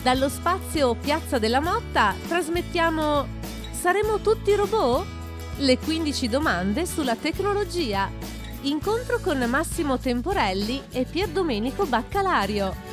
Dallo spazio Piazza della Motta trasmettiamo Saremo tutti robot? Le 15 domande sulla tecnologia. Incontro con Massimo Temporelli e Pierdomenico Baccalario.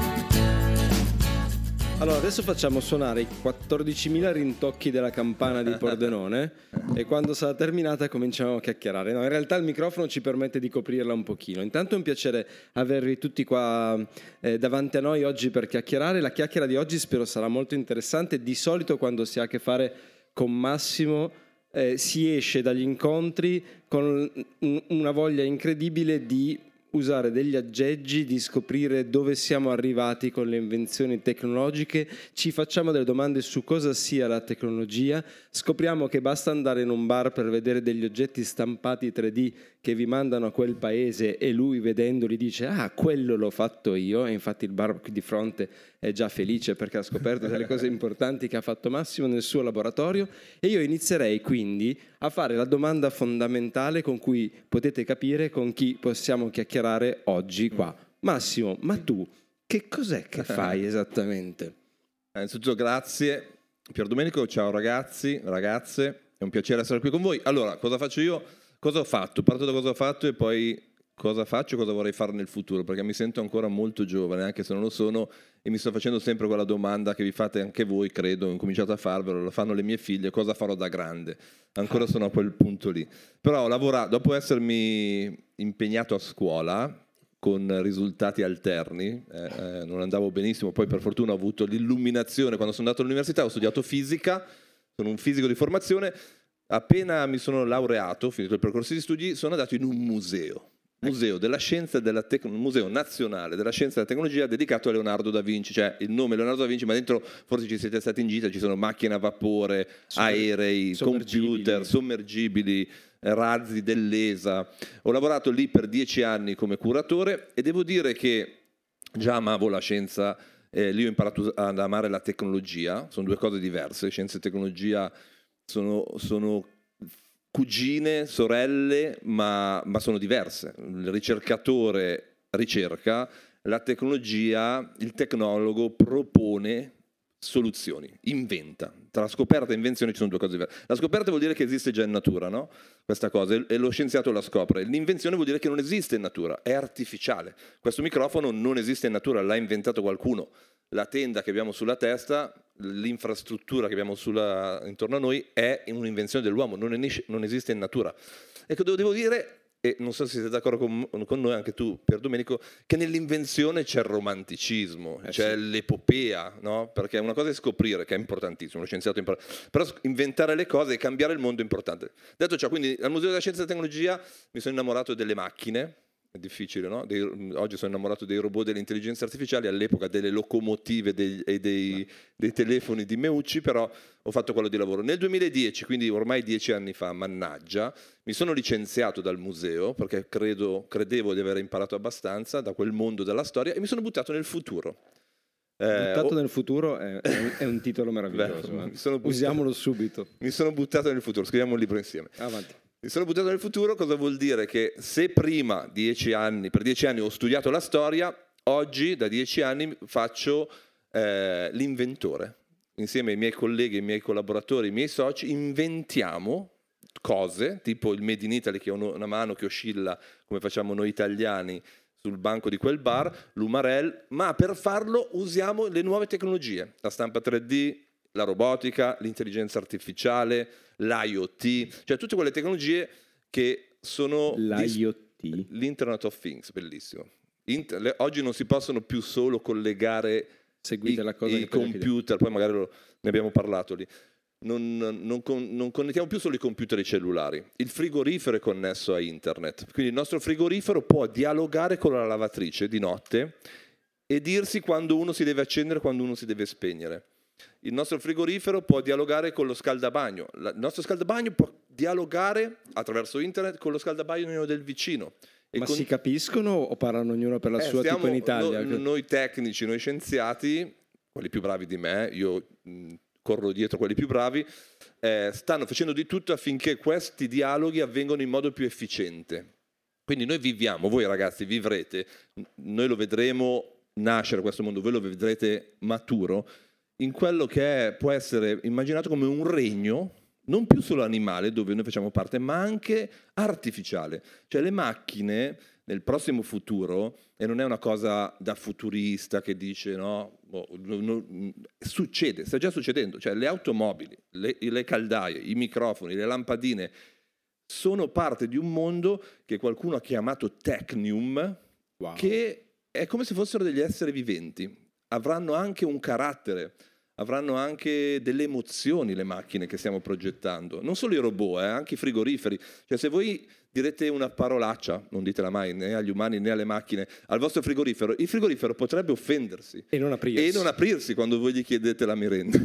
Allora, adesso facciamo suonare i 14.000 rintocchi della campana di Pordenone e quando sarà terminata cominciamo a chiacchierare. No, in realtà il microfono ci permette di coprirla un pochino. Intanto è un piacere avervi tutti qua davanti a noi oggi per chiacchierare. La chiacchiera di oggi spero sarà molto interessante. Di solito quando si ha a che fare con Massimo si esce dagli incontri con una voglia incredibile di usare degli aggeggi, di scoprire dove siamo arrivati con le invenzioni tecnologiche, ci facciamo delle domande su cosa sia la tecnologia, scopriamo che basta andare in un bar per vedere degli oggetti stampati 3D che vi mandano a quel paese e lui vedendoli dice ah, quello l'ho fatto io, e infatti il bar qui di fronte è già felice perché ha scoperto delle cose importanti che ha fatto Massimo nel suo laboratorio. E io inizierei quindi a fare la domanda fondamentale con cui potete capire con chi possiamo chiacchierare oggi qua. Massimo, ma tu che cos'è che fai esattamente? Innanzitutto grazie Pierdomenico, ciao ragazzi, ragazze, è un piacere essere qui con voi. Allora, cosa faccio io? Cosa ho fatto? Parto da cosa ho fatto e poi cosa faccio e cosa vorrei fare nel futuro, perché mi sento ancora molto giovane, anche se non lo sono, e mi sto facendo sempre quella domanda che vi fate anche voi, credo, ho incominciato a farvelo, lo fanno le mie figlie, cosa farò da grande? Ancora sono a quel punto lì. Però ho lavorato, dopo essermi impegnato a scuola, con risultati alterni, non andavo benissimo, poi per fortuna ho avuto l'illuminazione quando sono andato all'università, ho studiato fisica, sono un fisico di formazione, appena mi sono laureato, finito il percorso di studi, sono andato in un museo della scienza e della museo nazionale della scienza e della tecnologia dedicato a Leonardo da Vinci, cioè il nome Leonardo da Vinci, ma dentro forse ci siete stati in gita, ci sono macchine a vapore, aerei, computer, sommergibili, razzi dell'ESA. Ho lavorato lì per 10 anni come curatore e devo dire che già amavo la scienza, lì ho imparato ad amare la tecnologia, sono due cose diverse, scienza e tecnologia sono cugine, sorelle, ma sono diverse. Il ricercatore ricerca, la tecnologia, il tecnologo propone soluzioni, inventa. Tra la scoperta e invenzione ci sono due cose diverse. La scoperta vuol dire che esiste già in natura, no? Questa cosa, e lo scienziato la scopre. L'invenzione vuol dire che non esiste in natura, è artificiale. Questo microfono non esiste in natura, l'ha inventato qualcuno. La tenda che abbiamo sulla testa, l'infrastruttura che abbiamo intorno a noi è un'invenzione dell'uomo, non esiste in natura. Ecco, devo dire, e non so se siete d'accordo con noi, anche tu Pierdomenico, che nell'invenzione c'è il romanticismo, c'è l'epopea, no? Perché una cosa è scoprire, che è importantissimo, lo scienziato però inventare le cose e cambiare il mondo è importante. Detto ciò, quindi al Museo della Scienza e della Tecnologia mi sono innamorato delle macchine. È difficile, no? Oggi sono innamorato dei robot, delle intelligenze artificiali, all'epoca delle locomotive e dei telefoni di Meucci, però ho fatto quello di lavoro. Nel 2010, quindi ormai 10 anni fa, mannaggia, mi sono licenziato dal museo perché credevo di aver imparato abbastanza da quel mondo della storia e mi sono buttato nel futuro. Buttato nel futuro è un titolo meraviglioso. Usiamolo subito. Mi sono buttato nel futuro, scriviamo un libro insieme. Avanti. Mi sono buttato nel futuro, cosa vuol dire? Che se prima, per 10 anni ho studiato la storia, oggi da 10 anni faccio l'inventore. Insieme ai miei colleghi, ai miei collaboratori, ai miei soci, inventiamo cose, tipo il Made in Italy, che è una mano che oscilla, come facciamo noi italiani, sul banco di quel bar, l'Umarell, ma per farlo usiamo le nuove tecnologie, la stampa 3D, la robotica, l'intelligenza artificiale, l'IoT, cioè tutte quelle tecnologie che sono l'IoT, l'Internet of Things, bellissimo. Oggi non si possono più solo collegare i computer, poi magari ne abbiamo parlato lì. Non connettiamo più solo i computer e i cellulari. Il frigorifero è connesso a internet, quindi il nostro frigorifero può dialogare con la lavatrice di notte e dirsi quando uno si deve accendere e quando uno si deve spegnere. Il nostro frigorifero può dialogare con lo scaldabagno. Il nostro scaldabagno può dialogare attraverso internet con lo scaldabagno del vicino. Ma si capiscono o parlano ognuno per la sua, tipo in Italia? Noi tecnici, noi scienziati, quelli più bravi di me, io corro dietro quelli più bravi, stanno facendo di tutto affinché questi dialoghi avvengano in modo più efficiente. Quindi noi viviamo, voi ragazzi vivrete, noi lo vedremo nascere questo mondo, voi lo vedrete maturo, in quello che può essere immaginato come un regno, non più solo animale, dove noi facciamo parte, ma anche artificiale. Cioè le macchine nel prossimo futuro, e non è una cosa da futurista che dice succede, sta già succedendo, cioè le automobili, le caldaie, i microfoni, le lampadine sono parte di un mondo che qualcuno ha chiamato Technium, che è come se fossero degli esseri viventi, avranno anche un carattere, avranno anche delle emozioni le macchine che stiamo progettando, non solo i robot, anche i frigoriferi. Cioè se voi direte una parolaccia, non ditela mai né agli umani né alle macchine, al vostro frigorifero, il frigorifero potrebbe offendersi e non aprirsi quando voi gli chiedete la merenda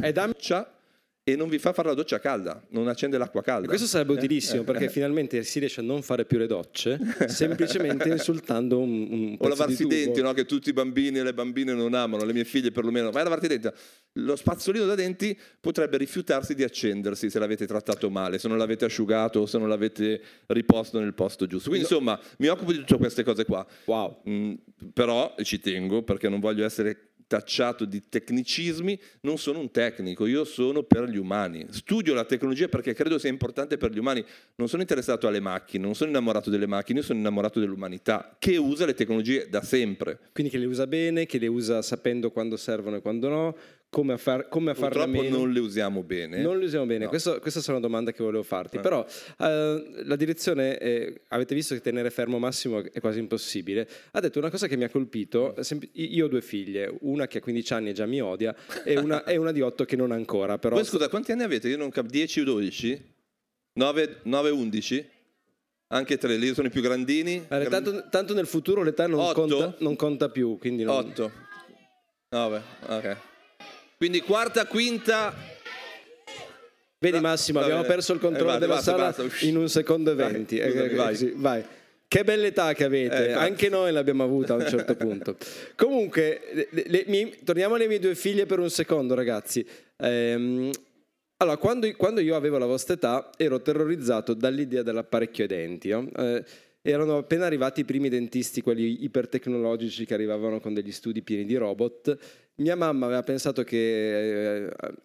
e non vi fa fare la doccia calda, non accende l'acqua calda. E questo sarebbe utilissimo perché finalmente si riesce a non fare più le docce semplicemente insultando un pezzo o lavarsi i di denti, no? Che tutti i bambini e le bambine non amano, le mie figlie perlomeno, vai a lavarti i denti. Lo spazzolino da denti potrebbe rifiutarsi di accendersi se l'avete trattato male, se non l'avete asciugato o se non l'avete riposto nel posto giusto. Quindi insomma mi occupo di tutte queste cose qua. Wow. Però ci tengo perché non voglio essere tacciato di tecnicismi, non sono un tecnico, io sono per gli umani, studio la tecnologia perché credo sia importante per gli umani, non sono interessato alle macchine, non sono innamorato delle macchine, io sono innamorato dell'umanità che usa le tecnologie da sempre. Quindi che le usa bene, che le usa sapendo quando servono e quando no, come farne Purtroppo meno. non le usiamo bene. Non le usiamo bene, no. Questa è una domanda che volevo farti, però la direzione, avete visto che tenere fermo Massimo è quasi impossibile, ha detto una cosa che mi ha colpito, io ho 2 figlie, una che ha 15 anni e già mi odia e una di 8 che non ancora. Però... Voi scusa, quanti anni avete? Io non capisco, 10 o 12? 9, 11? Anche 3, lì sono i più grandini? Tanto nel futuro l'età non conta più, quindi 8, 9, ok. Quindi quarta, quinta. Vedi Massimo, abbiamo perso il controllo della sala in 1 secondo e 20. Vai. Che bella età che avete, anche noi l'abbiamo avuta a un certo punto. Comunque, torniamo alle mie 2 figlie per un secondo, ragazzi. Allora, quando io avevo la vostra età ero terrorizzato dall'idea dell'apparecchio ai denti, no? Erano appena arrivati i primi dentisti, quelli ipertecnologici che arrivavano con degli studi pieni di robot. Mia mamma aveva pensato che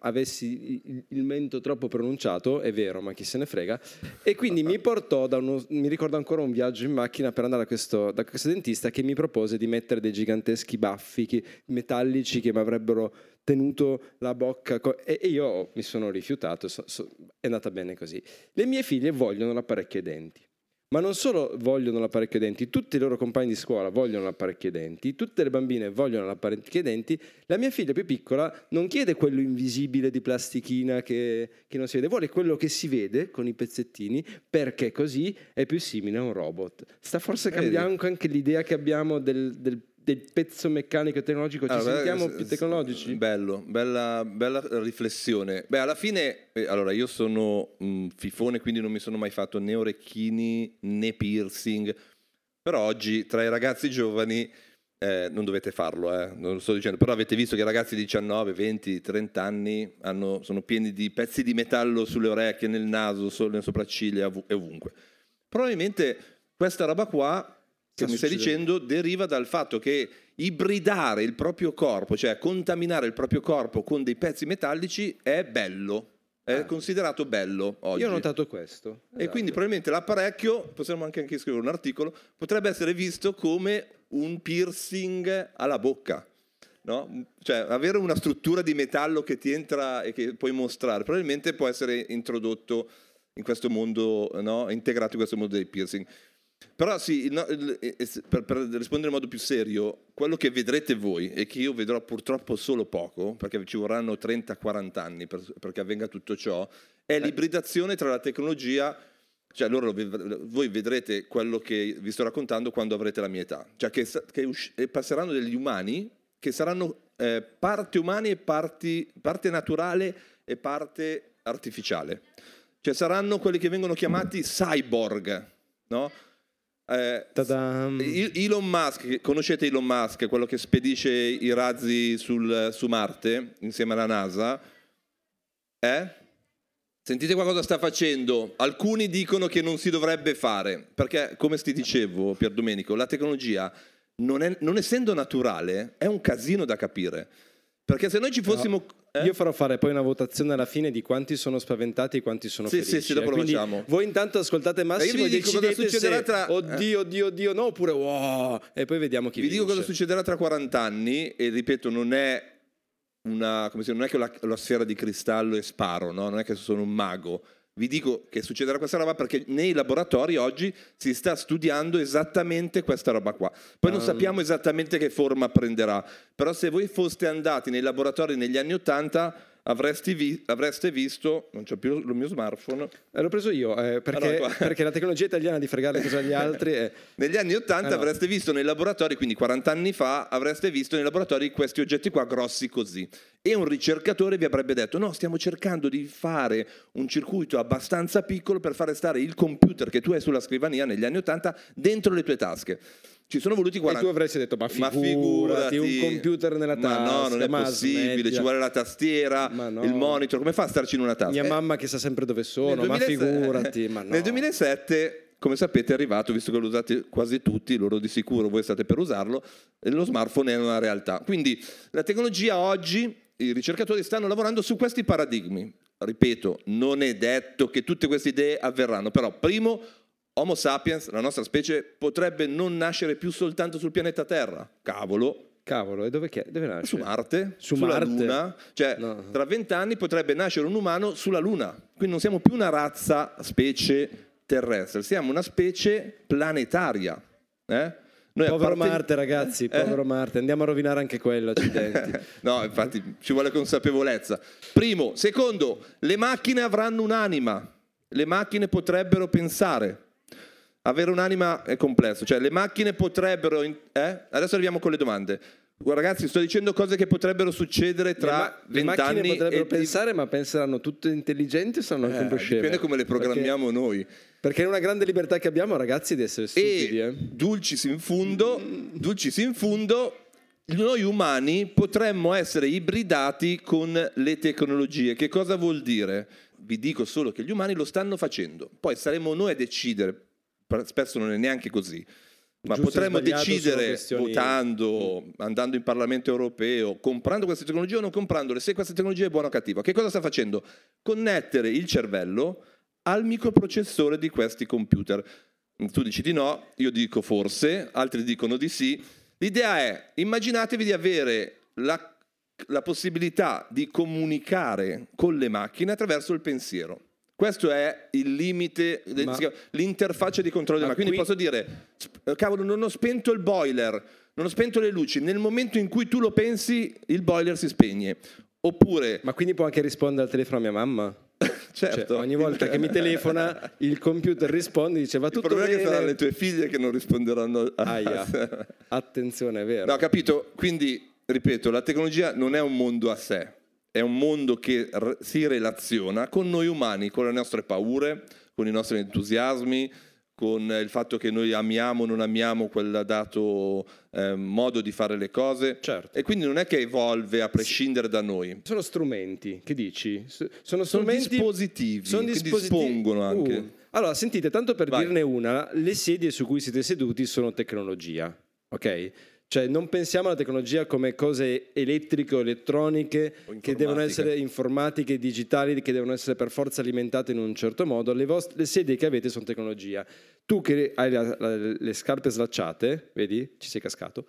avessi il mento troppo pronunciato, è vero, ma chi se ne frega, e quindi mi portò mi ricordo ancora un viaggio in macchina per andare da questo dentista che mi propose di mettere dei giganteschi baffi metallici che mi avrebbero tenuto la bocca e io mi sono rifiutato, è andata bene così. Le mie figlie vogliono l'apparecchio ai denti. Ma non solo vogliono l'apparecchio ai denti, tutti i loro compagni di scuola vogliono l'apparecchio ai denti, tutte le bambine vogliono l'apparecchio ai denti. La mia figlia più piccola non chiede quello invisibile di plastichina che non si vede, vuole quello che si vede con i pezzettini perché così è più simile a un robot. Sta forse cambiando anche l'idea che abbiamo del pezzo meccanico e tecnologico, ci sentiamo più tecnologici? Bella riflessione. Beh, alla fine, allora io sono un fifone, quindi non mi sono mai fatto né orecchini né piercing, però oggi tra i ragazzi giovani non dovete farlo, non lo sto dicendo, però avete visto che i ragazzi di 19, 20, 30 anni sono pieni di pezzi di metallo sulle orecchie, nel naso, nelle sopracciglia e ovunque. Probabilmente questa roba qua che mi stai dicendo deriva dal fatto che ibridare il proprio corpo, cioè contaminare il proprio corpo con dei pezzi metallici è bello, è considerato bello oggi. Io ho notato questo. E quindi probabilmente l'apparecchio, possiamo anche scrivere un articolo, potrebbe essere visto come un piercing alla bocca, no? Cioè avere una struttura di metallo che ti entra e che puoi mostrare, probabilmente può essere introdotto in questo mondo, no? Integrato in questo mondo dei piercing. Però sì, per rispondere in modo più serio, quello che vedrete voi e che io vedrò purtroppo solo poco, perché ci vorranno 30-40 anni perché avvenga tutto ciò, è l'ibridazione tra la tecnologia, cioè voi vedrete quello che vi sto raccontando quando avrete la mia età, cioè che passeranno degli umani che saranno parte umani e parte naturale e parte artificiale, cioè saranno quelli che vengono chiamati cyborg, no? Elon Musk, conoscete Elon Musk, quello che spedisce i razzi su Marte insieme alla NASA? Sentite qua cosa sta facendo. Alcuni dicono che non si dovrebbe fare perché, come ti dicevo Pier Domenico, la tecnologia non essendo naturale, è un casino da capire. Perché se noi ci fossimo... Io farò fare poi una votazione alla fine di quanti sono spaventati e quanti sono felici. Sì, dopo lo Quindi facciamo. voi intanto ascoltate Massimo e decidete cosa succederà tra... Oddio, no, oppure wow, e poi vediamo chi vince. Vi dico cosa succederà tra 40 anni e ripeto, non è non è che ho la sfera di cristallo e sparo, no? Non è che sono un mago. Vi dico che succederà questa roba perché nei laboratori oggi si sta studiando esattamente questa roba qua. Poi non sappiamo esattamente che forma prenderà, però se voi foste andati nei laboratori negli anni 80 avreste visto, non c'è più il mio smartphone. L'ho preso io, perché la tecnologia italiana di fregare le cose agli altri è... Negli anni 80 avreste visto nei laboratori, quindi 40 anni fa, avreste visto nei laboratori questi oggetti qua grossi così. E un ricercatore vi avrebbe detto, no, stiamo cercando di fare un circuito abbastanza piccolo per fare stare il computer che tu hai sulla scrivania negli anni 80 dentro le tue tasche. Ci sono voluti 40... E tu avresti detto, ma figurati un computer nella tasca. Ma no, non è possibile, ci vuole la tastiera, il monitor, come fa a starci in una tasca? Mia mamma che sa sempre dove sono, ma figurati. Ma no. Nel 2007, come sapete, è arrivato, visto che lo usate quasi tutti, loro di sicuro, voi state per usarlo, lo smartphone è una realtà. Quindi la tecnologia oggi, i ricercatori stanno lavorando su questi paradigmi. Ripeto, non è detto che tutte queste idee avverranno, però primo... Homo sapiens, la nostra specie, potrebbe non nascere più soltanto sul pianeta Terra. Cavolo, e dove nasce? Su Marte, sulla Luna. Cioè, tra 20 anni potrebbe nascere un umano sulla Luna. Quindi non siamo più una razza, specie terrestre, siamo una specie planetaria. Povero Marte, ragazzi, povero Marte. Andiamo a rovinare anche quello, accidenti. No, infatti, ci vuole consapevolezza. Primo. Secondo, le macchine avranno un'anima. Le macchine potrebbero pensare. Avere un'anima è complesso, cioè le macchine potrebbero... Adesso arriviamo con le domande. Ragazzi, sto dicendo cose che potrebbero succedere tra 20 anni. Le macchine potrebbero pensare, ma penseranno tutte intelligenti o saranno anche un po' sceme? Dipende come le programmiamo noi. Perché è una grande libertà che abbiamo, ragazzi, di essere stupidi. Dulcis in fundo, noi umani potremmo essere ibridati con le tecnologie. Che cosa vuol dire? Vi dico solo che gli umani lo stanno facendo. Poi saremo noi a decidere. Spesso non è neanche così, ma potremmo decidere votando, andando in Parlamento europeo, comprando queste tecnologie o non comprandole, se questa tecnologia è buona o cattiva. Che cosa sta facendo? Connettere il cervello al microprocessore di questi computer. Tu dici di no, io dico forse, altri dicono di sì. L'idea è, immaginatevi di avere la possibilità di comunicare con le macchine attraverso il pensiero. Questo è il limite, l'interfaccia di controllo della macchina. Quindi posso dire, cavolo, non ho spento il boiler, non ho spento le luci. Nel momento in cui tu lo pensi, il boiler si spegne. Oppure... Ma quindi può anche rispondere al telefono a mia mamma? Certo. Cioè, ogni volta che mi telefona, il computer risponde e dice, va tutto bene. Il problema è che saranno le tue figlie che non risponderanno. Attenzione, è vero. No, capito? Quindi, ripeto, la tecnologia non è un mondo a sé. È un mondo che si relaziona con noi umani, con le nostre paure, con i nostri entusiasmi, con il fatto che noi amiamo o non amiamo quel dato modo di fare le cose. Certo. E quindi non è che evolve a prescindere da noi. Sono strumenti, che dici? Sono dispositivi, che dispongono anche. Allora, sentite, tanto per dirne una, le sedie su cui siete seduti sono tecnologia, ok? Cioè non pensiamo alla tecnologia come cose elettriche o elettroniche che devono essere informatiche, digitali, che devono essere per forza alimentate in un certo modo. Le sedie che avete sono tecnologia. Tu che hai le scarpe slacciate, vedi? Ci sei cascato.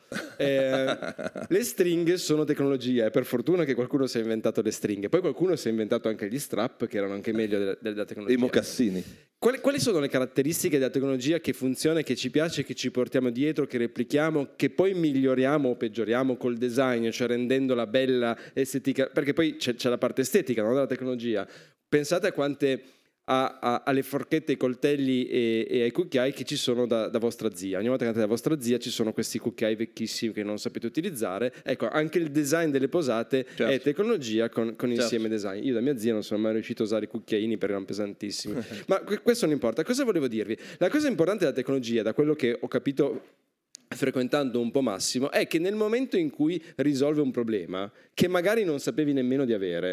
Le stringhe sono tecnologia e per fortuna che qualcuno si è inventato le stringhe. Poi qualcuno si è inventato anche gli strap che erano anche meglio della tecnologia. I mocassini. Quali sono le caratteristiche della tecnologia che funziona, che ci piace, che ci portiamo dietro, che replichiamo, che poi miglioriamo o peggioriamo col design, cioè rendendola bella, estetica? Perché poi c'è la parte estetica, no, della tecnologia. Pensate a quante alle forchette, ai coltelli e ai cucchiai che ci sono da vostra zia. Ogni volta che andate da vostra zia ci sono questi cucchiai vecchissimi che non sapete utilizzare. Ecco, anche il design delle posate è tecnologia con insieme design. Io da mia zia non sono mai riuscito a usare i cucchiaini perché erano pesantissimi. Ma questo non importa. Cosa volevo dirvi? La cosa importante della tecnologia, da quello che ho capito frequentando un po' Massimo, è che nel momento in cui risolve un problema che magari non sapevi nemmeno di avere,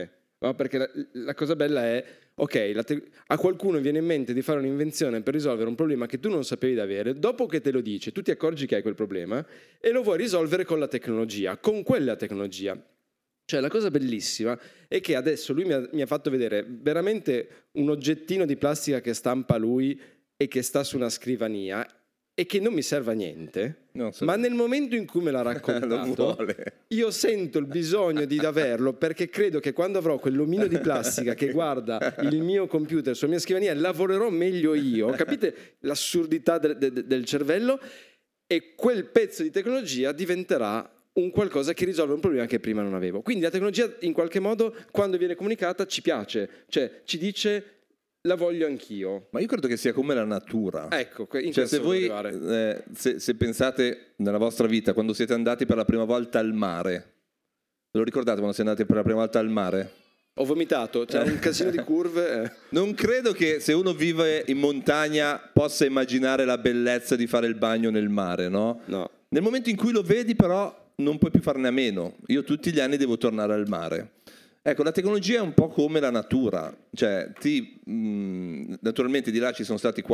no? Perché la cosa bella è, ok, a qualcuno viene in mente di fare un'invenzione per risolvere un problema che tu non sapevi di avere, dopo che te lo dice, tu ti accorgi che hai quel problema e lo vuoi risolvere con la tecnologia, con quella tecnologia. Cioè la cosa bellissima è che adesso lui mi ha fatto vedere veramente un oggettino di plastica che stampa lui e che sta su una scrivania e che non mi serve a niente, ma nel momento in cui me l'ha raccontato io sento il bisogno di averlo, perché credo che quando avrò quell'omino di plastica che guarda il mio computer sulla mia scrivania lavorerò meglio io, capite l'assurdità del cervello, e quel pezzo di tecnologia diventerà un qualcosa che risolve un problema che prima non avevo. Quindi la tecnologia in qualche modo quando viene comunicata ci piace, cioè ci dice la voglio anch'io. Ma io credo che sia come la natura. Ecco, cioè, se voi se pensate nella vostra vita, quando siete andati per la prima volta al mare, ve lo ricordate quando siete andati per la prima volta al mare? Ho vomitato, c'è un casino di curve. Non credo che se uno vive in montagna possa immaginare la bellezza di fare il bagno nel mare, no? No. Nel momento in cui lo vedi però non puoi più farne a meno. Io tutti gli anni devo tornare al mare. Ecco, la tecnologia è un po' come la natura, cioè naturalmente di là ci sono stati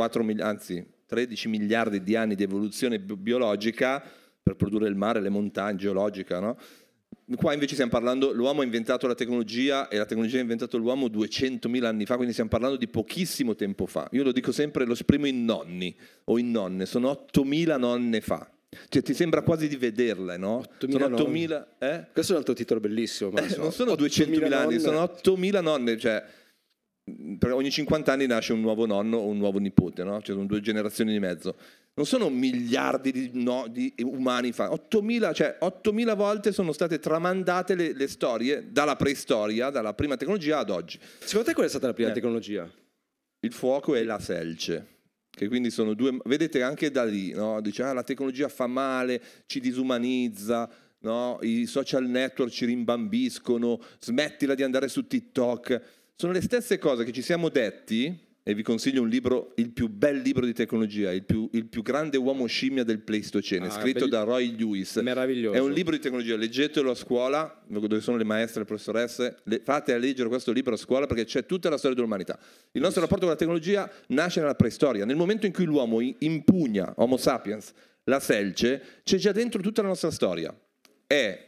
13 miliardi di anni di evoluzione biologica per produrre il mare, le montagne, geologica, no? Qua invece stiamo parlando, l'uomo ha inventato la tecnologia e la tecnologia ha inventato l'uomo 200.000 anni fa, quindi stiamo parlando di pochissimo tempo fa. Io lo dico sempre, lo esprimo in nonni o in nonne, sono 8.000 nonne fa. Cioè ti sembra quasi di vederle, no? 8.000, Questo è un altro titolo bellissimo. Ma non sono 200.000 anni, sono 8.000 nonne, cioè per ogni 50 anni nasce un nuovo nonno o un nuovo nipote, no? Cioè sono 2 generazioni di mezzo. Non sono miliardi di umani fa. 8.000, cioè 8.000 volte sono state tramandate le storie dalla preistoria, dalla prima tecnologia ad oggi. Secondo te qual è stata la prima tecnologia? Il fuoco e la selce. Che quindi sono 2, vedete anche da lì, no? Dice la tecnologia fa male, ci disumanizza, no? I social network ci rimbambiscono, smettila di andare su TikTok. Sono le stesse cose che ci siamo detti, e vi consiglio un libro, il più bel libro di tecnologia, il più grande uomo scimmia del Pleistocene, scritto da Roy Lewis. Meraviglioso. È un libro di tecnologia, leggetelo a scuola, dove sono le maestre, le professoresse, fate a leggere questo libro a scuola perché c'è tutta la storia dell'umanità. Il nostro rapporto con la tecnologia nasce nella preistoria. Nel momento in cui l'uomo impugna, Homo sapiens, la selce, c'è già dentro tutta la nostra storia. È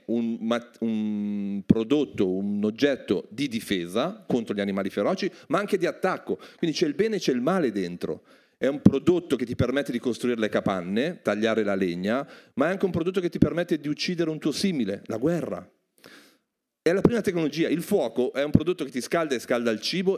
un prodotto, un oggetto di difesa contro gli animali feroci, ma anche di attacco. Quindi c'è il bene e c'è il male dentro. È un prodotto che ti permette di costruire le capanne, tagliare la legna, ma è anche un prodotto che ti permette di uccidere un tuo simile, la guerra. È la prima tecnologia. Il fuoco è un prodotto che ti scalda e scalda il cibo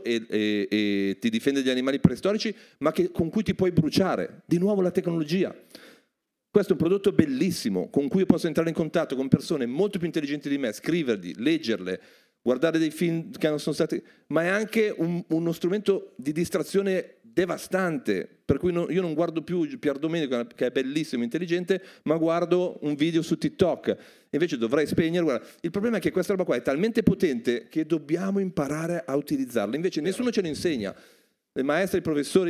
e ti difende dagli animali preistorici, ma con cui ti puoi bruciare. Di nuovo la tecnologia. Questo è un prodotto bellissimo, con cui io posso entrare in contatto con persone molto più intelligenti di me, scriverli, leggerle, guardare dei film che non sono stati... Ma è anche uno strumento di distrazione devastante, per cui io non guardo più Pier Domenico, che è bellissimo, intelligente, ma guardo un video su TikTok. Invece dovrei spegnere. Guarda. Il problema è che questa roba qua è talmente potente che dobbiamo imparare a utilizzarla. Invece nessuno ce lo insegna. Le maestre, i professori,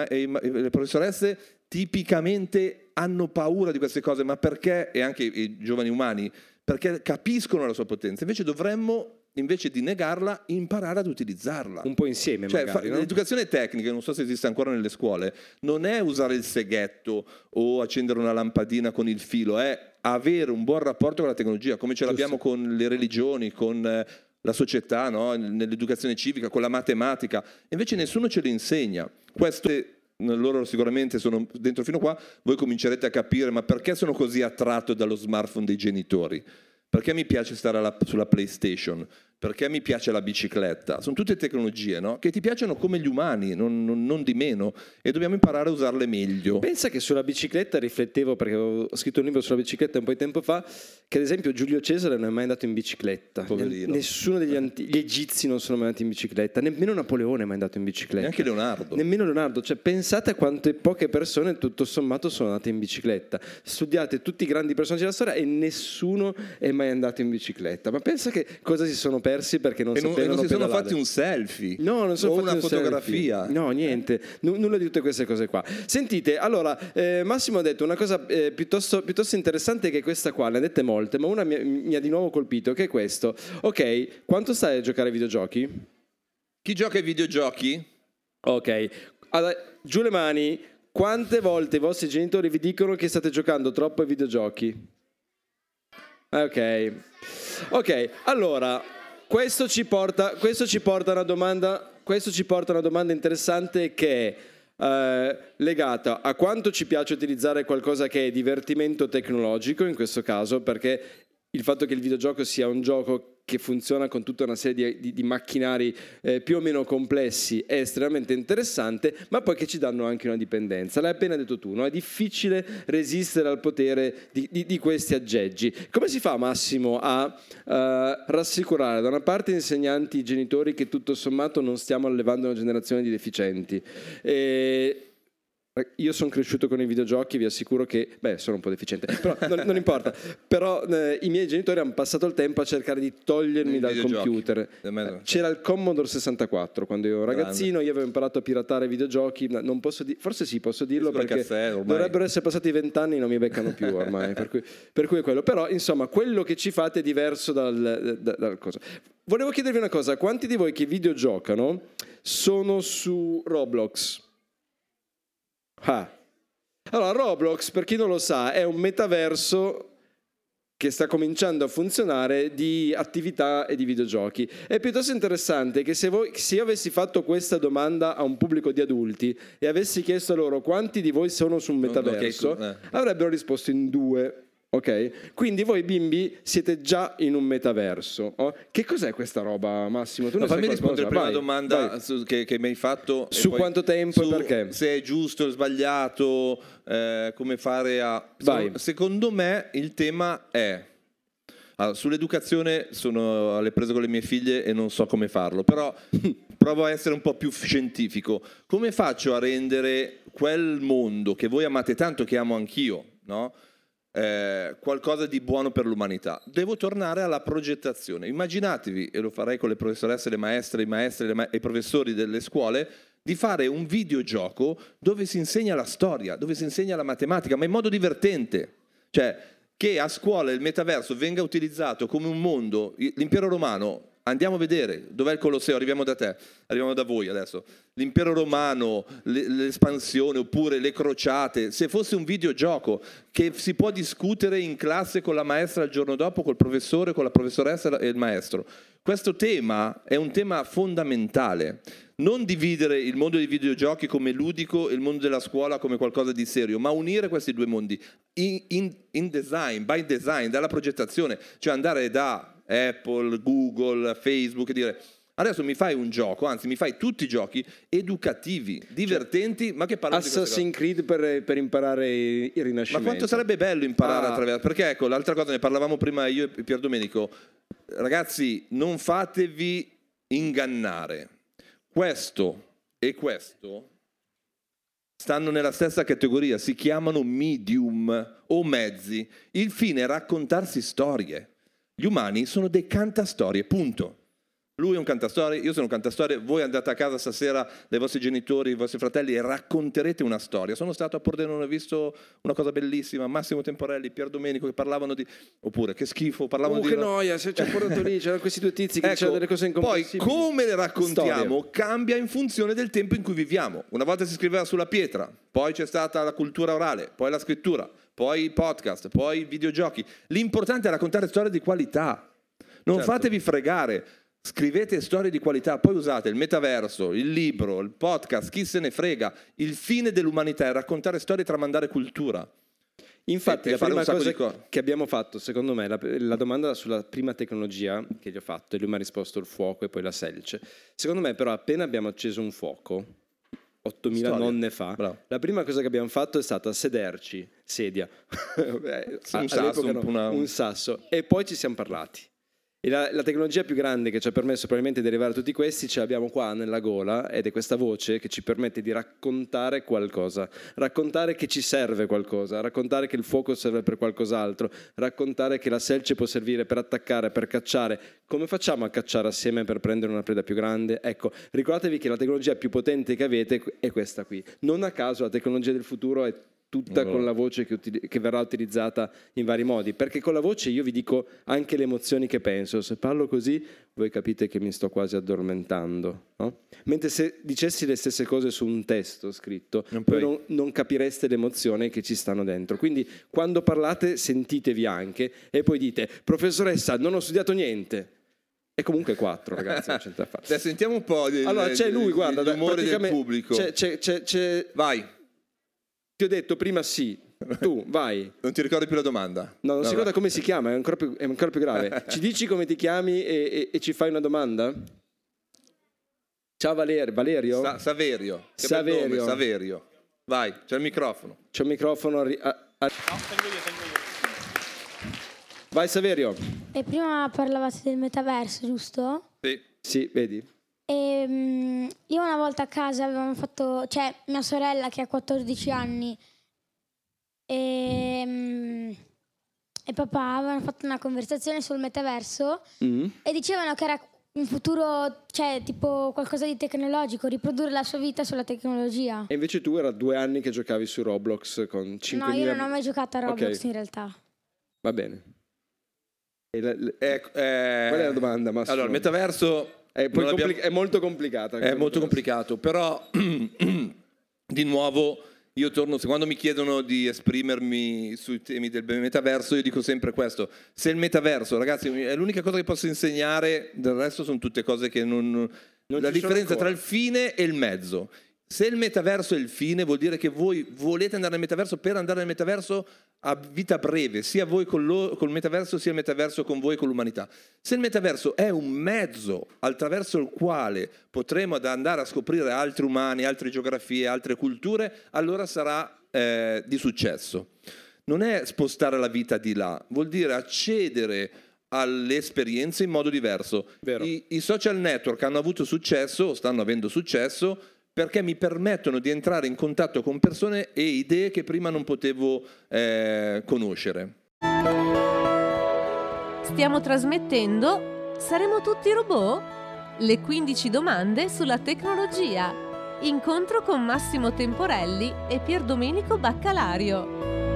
le professoresse tipicamente hanno paura di queste cose, ma perché, e anche i giovani umani, perché capiscono la sua potenza. Invece dovremmo, invece di negarla, imparare ad utilizzarla. Un po' insieme, magari, no? L'educazione tecnica, non so se esiste ancora nelle scuole, non è usare il seghetto o accendere una lampadina con il filo, è avere un buon rapporto con la tecnologia, come ce l'abbiamo con le religioni, con la società, no? Nell'educazione civica, con la matematica. Invece nessuno ce lo insegna. Questo loro sicuramente sono dentro fino qua, voi comincerete a capire ma perché sono così attratto dallo smartphone dei genitori, perché mi piace stare sulla PlayStation, perché mi piace la bicicletta. Sono tutte tecnologie, no? Che ti piacciono come gli umani, non di meno, e dobbiamo imparare a usarle meglio. Pensa che sulla bicicletta riflettevo, perché ho scritto un libro sulla bicicletta un po' di tempo fa, che ad esempio Giulio Cesare non è mai andato in bicicletta. Poverino. Nessuno gli egizi non sono mai andati in bicicletta, nemmeno Napoleone è mai andato in bicicletta. Neanche Leonardo. Nemmeno Leonardo. Cioè, pensate a quante poche persone tutto sommato sono andate in bicicletta. Studiate tutti i grandi personaggi della storia e nessuno è mai andato in bicicletta. Ma pensa che cosa si sono persi persi perché non sapevano non si sono pedalare. fatti un selfie. No, non sono o fatti una un fotografia. selfie. No, niente, nulla di tutte queste cose qua. Sentite, allora, Massimo ha detto una cosa piuttosto interessante, che è questa qua, ne ha dette molte, ma una mi ha di nuovo colpito, che è questo. Ok, quanto stai a giocare ai videogiochi? Chi gioca ai videogiochi? Ok, allora, giù le mani. Quante volte i vostri genitori vi dicono che state giocando troppo ai videogiochi? Ok, allora, questo ci porta a una domanda interessante, che è legata a quanto ci piace utilizzare qualcosa che è divertimento tecnologico, in questo caso, perché il fatto che il videogioco sia un gioco che funziona con tutta una serie di macchinari più o meno complessi è estremamente interessante, ma poi che ci danno anche una dipendenza. L'hai appena detto tu, no? È difficile resistere al potere di questi aggeggi. Come si fa, Massimo, a rassicurare da una parte insegnanti, genitori, che tutto sommato non stiamo allevando una generazione di deficienti? Io sono cresciuto con i videogiochi, vi assicuro che, sono un po' deficiente, però non importa. Però i miei genitori hanno passato il tempo a cercare di togliermi dal computer. C'era il Commodore 64 quando io ero ragazzino, io avevo imparato a piratare videogiochi, non posso forse sì, posso dirlo, perché dovrebbero essere passati 20 anni e non mi beccano più ormai, per cui è quello. Però insomma, quello che ci fate è diverso dal cosa. Volevo chiedervi una cosa: quanti di voi che videogiocano sono su Roblox? Allora, Roblox, per chi non lo sa, è un metaverso che sta cominciando a funzionare di attività e di videogiochi. È piuttosto interessante che se io avessi fatto questa domanda a un pubblico di adulti e avessi chiesto loro quanti di voi sono su un metaverso, avrebbero risposto in 2. Ok? Quindi voi bimbi siete già in un metaverso. Che cos'è questa roba, Massimo? Tu ne sai fammi qualcosa? rispondere prima alla domanda che mi hai fatto. Su quanto tempo e perché? Se è giusto o sbagliato, come fare a... Secondo me il tema è... Allora, sull'educazione sono alle prese con le mie figlie e non so come farlo, però provo a essere un po' più scientifico. Come faccio a rendere quel mondo che voi amate tanto, che amo anch'io, no? Qualcosa di buono per l'umanità? Devo tornare alla progettazione. Immaginatevi, e lo farei con le professoresse, le maestre, i maestri e i professori delle scuole, di fare un videogioco dove si insegna la storia, dove si insegna la matematica, ma in modo divertente. Cioè, che a scuola il metaverso venga utilizzato come un mondo, l'impero romano. Andiamo a vedere dov'è il Colosseo, arriviamo da voi adesso. L'impero romano, l'espansione, oppure le crociate. Se fosse un videogioco che si può discutere in classe con la maestra il giorno dopo, col professore, con la professoressa e il maestro. Questo tema è un tema fondamentale. Non dividere il mondo dei videogiochi come ludico e il mondo della scuola come qualcosa di serio, ma unire questi due mondi in design, by design, dalla progettazione, cioè andare da Apple, Google, Facebook e dire: adesso mi fai un gioco, anzi mi fai tutti i giochi educativi, divertenti, ma che parlano di Assassin's Creed per imparare il Rinascimento. Ma quanto sarebbe bello imparare attraverso... Perché ecco, l'altra cosa, ne parlavamo prima io e Pier Domenico. Ragazzi, non fatevi ingannare. Questo e questo stanno nella stessa categoria, si chiamano medium o mezzi. Il fine è raccontarsi storie. Gli umani sono dei cantastorie, punto. Lui è un cantastorie, io sono un cantastorie, voi andate a casa stasera dai vostri genitori, dai vostri fratelli e racconterete una storia. Sono stato a Pordenone, ho visto una cosa bellissima, Massimo Temporelli, Pier Domenico che parlavano di... Oppure, che schifo, parlavano di... che noia, se ci ha portato lì, c'erano questi due tizi che dicevano delle cose incomprensibili. Poi, come le raccontiamo, cambia in funzione del tempo in cui viviamo. Una volta si scriveva sulla pietra, poi c'è stata la cultura orale, poi la scrittura, poi i podcast, poi i videogiochi. L'importante è raccontare storie di qualità. Non fatevi fregare. Scrivete storie di qualità, poi usate il metaverso, il libro, il podcast, chi se ne frega. Il fine dell'umanità è raccontare storie e tramandare cultura. Infatti la prima cosa che abbiamo fatto, secondo me, la domanda sulla prima tecnologia che gli ho fatto, e lui mi ha risposto il fuoco e poi la selce. Secondo me però appena abbiamo acceso un fuoco, 8.000 nonne fa, la prima cosa che abbiamo fatto è stata sederci, sedia, un sasso, e poi ci siamo parlati. E la tecnologia più grande che ci ha permesso probabilmente di arrivare a tutti questi ce l'abbiamo qua nella gola, ed è questa voce che ci permette di raccontare qualcosa, raccontare che ci serve qualcosa, raccontare che il fuoco serve per qualcos'altro, raccontare che la selce può servire per attaccare, per cacciare. Come facciamo a cacciare assieme per prendere una preda più grande? Ecco, ricordatevi che la tecnologia più potente che avete è questa qui. Non a caso la tecnologia del futuro è tutta con la voce che verrà utilizzata in vari modi, perché con la voce io vi dico anche le emozioni che penso. Se parlo così voi capite che mi sto quasi addormentando, no? Mentre se dicessi le stesse cose su un testo scritto voi non capireste le emozioni che ci stanno dentro. Quindi quando parlate sentitevi anche e poi dite: professoressa, non ho studiato niente. E comunque 4, ragazzi, non c'è da fare. Sentiamo un po' allora c'è lui, guarda, l'umore del pubblico. C'è... Vai. Ti ho detto prima sì, tu vai. Non ti ricordi più la domanda? No, non si ricorda come si chiama, è ancora più grave. Ci dici come ti chiami e ci fai una domanda? Ciao Valerio? Saverio. Che Saverio. bel nome, Saverio. Vai, c'è il microfono. C'è il microfono. Vai Saverio. E prima parlavate del metaverso, giusto? Sì. Sì, vedi? Io una volta a casa avevamo fatto, cioè mia sorella che ha 14 anni e papà avevano fatto una conversazione sul metaverso e dicevano che era un futuro, cioè tipo qualcosa di tecnologico, riprodurre la sua vita sulla tecnologia. E invece tu era 2 anni che giocavi su Roblox con 5.000... No, io non ho mai giocato a Roblox Okay. in realtà. Va bene. Qual è la domanda, Massimo? Allora, il metaverso è molto complicata. È molto complicato, però di nuovo io torno, quando mi chiedono di esprimermi sui temi del metaverso, io dico sempre questo: se il metaverso, ragazzi, è l'unica cosa che posso insegnare, del resto sono tutte cose che non la differenza tra il fine e il mezzo. Se il metaverso è il fine, vuol dire che voi volete andare nel metaverso per andare nel metaverso a vita breve, sia voi col metaverso, sia il metaverso con voi, con l'umanità. Se il metaverso è un mezzo attraverso il quale potremo andare a scoprire altri umani, altre geografie, altre culture, allora sarà di successo. Non è spostare la vita di là, vuol dire accedere alle esperienze in modo diverso. I social network hanno avuto successo, o stanno avendo successo, perché mi permettono di entrare in contatto con persone e idee che prima non potevo conoscere. Stiamo trasmettendo Saremo tutti robot? Le 15 domande sulla tecnologia. Incontro con Massimo Temporelli e Pierdomenico Baccalario.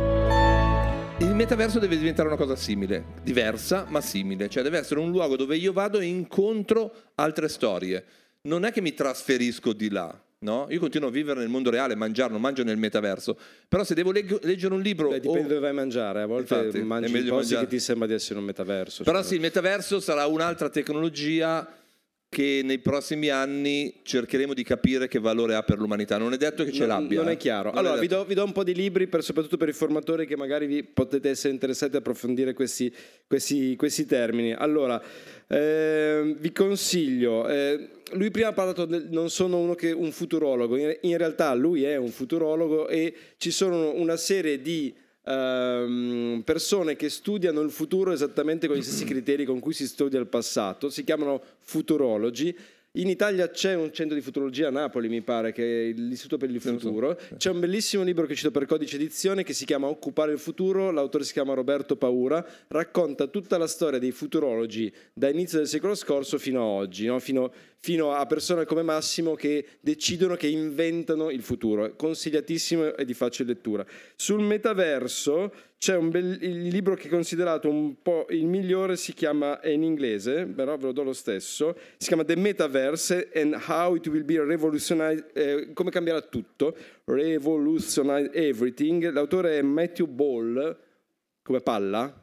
Il metaverso deve diventare una cosa simile, diversa ma simile, cioè deve essere un luogo dove io vado e incontro altre storie. Non è che mi trasferisco di là, no? Io continuo a vivere nel mondo reale, non mangio nel metaverso, però se devo leggere un libro... dipende dove vai a mangiare, a volte infatti, mangi in posti che ti sembra di essere un metaverso. Però sì, il metaverso sarà un'altra tecnologia che nei prossimi anni cercheremo di capire che valore ha per l'umanità. Non è detto che ce l'abbia. Non è chiaro. Allora, vi do un po' di libri, soprattutto per i formatori che magari potete essere interessati a approfondire questi termini. Allora, vi consiglio... lui prima ha parlato non sono un futurologo, in realtà lui è un futurologo e ci sono una serie di persone che studiano il futuro esattamente con gli stessi criteri con cui si studia il passato, si chiamano futurologi. In Italia c'è un centro di futurologia a Napoli, mi pare, che è l'Istituto per il Futuro. C'è un bellissimo libro che cito per Codice Edizione che si chiama Occupare il futuro, l'autore si chiama Roberto Paura, racconta tutta la storia dei futurologi da inizio del secolo scorso fino a oggi, no? fino a persone come Massimo che decidono, che inventano il futuro. Consigliatissimo e di facile lettura. Sul metaverso c'è il libro che è considerato un po' il migliore, è in inglese, però ve lo do lo stesso, si chiama The Metaverse and How It Will Be Revolutionized, come cambierà tutto, Revolutionize Everything. L'autore è Matthew Ball, come palla,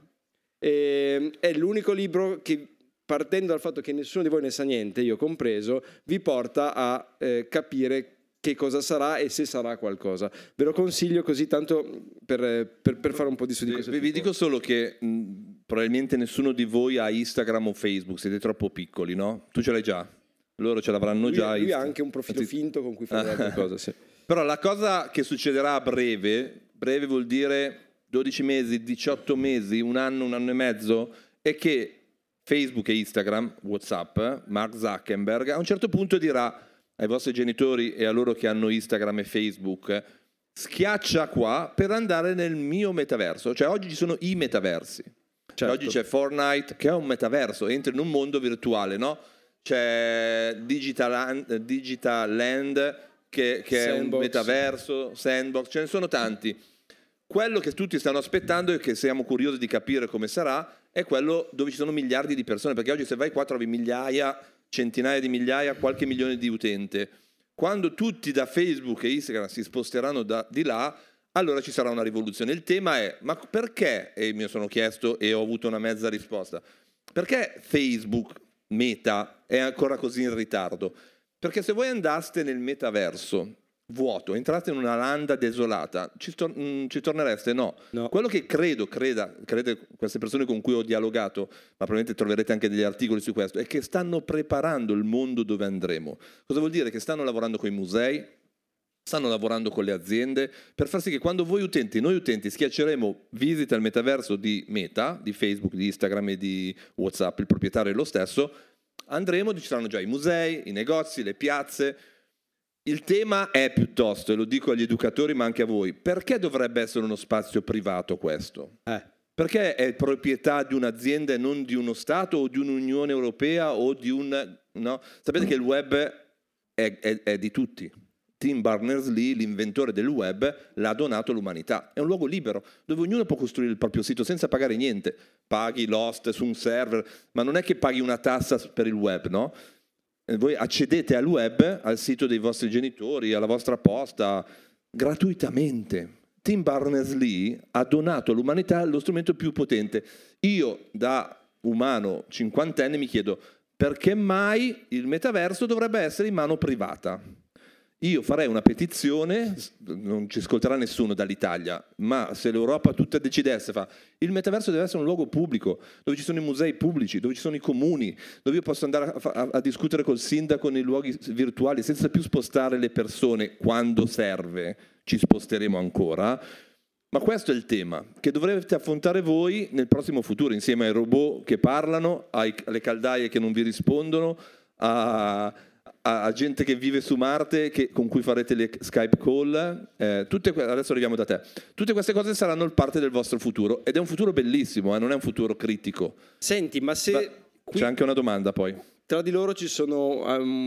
è l'unico libro che, partendo dal fatto che nessuno di voi ne sa niente, io compreso, vi porta a capire che cosa sarà e se sarà qualcosa. Ve lo consiglio così tanto per fare un po' di studio. Vi dico solo che probabilmente nessuno di voi ha Instagram o Facebook, siete troppo piccoli, no? Tu ce l'hai già, loro ce l'avranno già. Lui ha anche un profilo finto con cui fare altre cose, sì. Però la cosa che succederà a breve vuol dire 12 mesi, 18 mesi, un anno e mezzo, è che Facebook e Instagram, WhatsApp, Mark Zuckerberg, a un certo punto dirà ai vostri genitori e a loro che hanno Instagram e Facebook: schiaccia qua per andare nel mio metaverso. Cioè oggi ci sono i metaversi. Certo. Oggi c'è Fortnite che è un metaverso, entri in un mondo virtuale, no? C'è Digital Land che è un metaverso, Sandbox, ce ne sono tanti. Quello che tutti stanno aspettando e che siamo curiosi di capire come sarà è quello dove ci sono miliardi di persone, perché oggi se vai qua trovi migliaia, centinaia di migliaia, qualche milione di utenti. Quando tutti da Facebook e Instagram si sposteranno di là, allora ci sarà una rivoluzione. Il tema è: ma perché? E mi sono chiesto e ho avuto una mezza risposta. Perché Facebook, Meta, è ancora così in ritardo? Perché se voi andaste nel metaverso vuoto, entrate in una landa desolata, ci tornereste? No. Quello che credo queste persone con cui ho dialogato, ma probabilmente troverete anche degli articoli su questo, è che stanno preparando il mondo dove andremo. Cosa vuol dire? Che stanno lavorando con i musei, stanno lavorando con le aziende per far sì che quando noi utenti schiacceremo visita il metaverso di Meta, di Facebook, di Instagram e di WhatsApp, il proprietario è lo stesso, andremo, ci saranno già i musei, i negozi, le piazze. Il tema è piuttosto, e lo dico agli educatori ma anche a voi, perché dovrebbe essere uno spazio privato questo? Perché è proprietà di un'azienda e non di uno Stato o di un'Unione Europea o di un... No? Sapete che il web è di tutti. Tim Berners-Lee, l'inventore del web, l'ha donato all'umanità. È un luogo libero, dove ognuno può costruire il proprio sito senza pagare niente. Paghi l'host su un server, ma non è che paghi una tassa per il web, no? Voi accedete al web, al sito dei vostri genitori, alla vostra posta, gratuitamente. Tim Berners-Lee ha donato all'umanità lo strumento più potente. Io, da umano cinquantenne, mi chiedo perché mai il metaverso dovrebbe essere in mano privata. Io farei una petizione, non ci ascolterà nessuno dall'Italia, ma se l'Europa tutta decidesse, il metaverso deve essere un luogo pubblico, dove ci sono i musei pubblici, dove ci sono i comuni, dove io posso andare a discutere col sindaco nei luoghi virtuali senza più spostare le persone quando serve, ci sposteremo ancora. Ma questo è il tema che dovrete affrontare voi nel prossimo futuro, insieme ai robot che parlano, alle caldaie che non vi rispondono, a gente che vive su Marte con cui farete le Skype call, adesso arriviamo da te. Tutte queste cose saranno parte del vostro futuro ed è un futuro bellissimo, non è un futuro critico. Senti, ma se... C'è anche una domanda poi. Tra di loro ci sono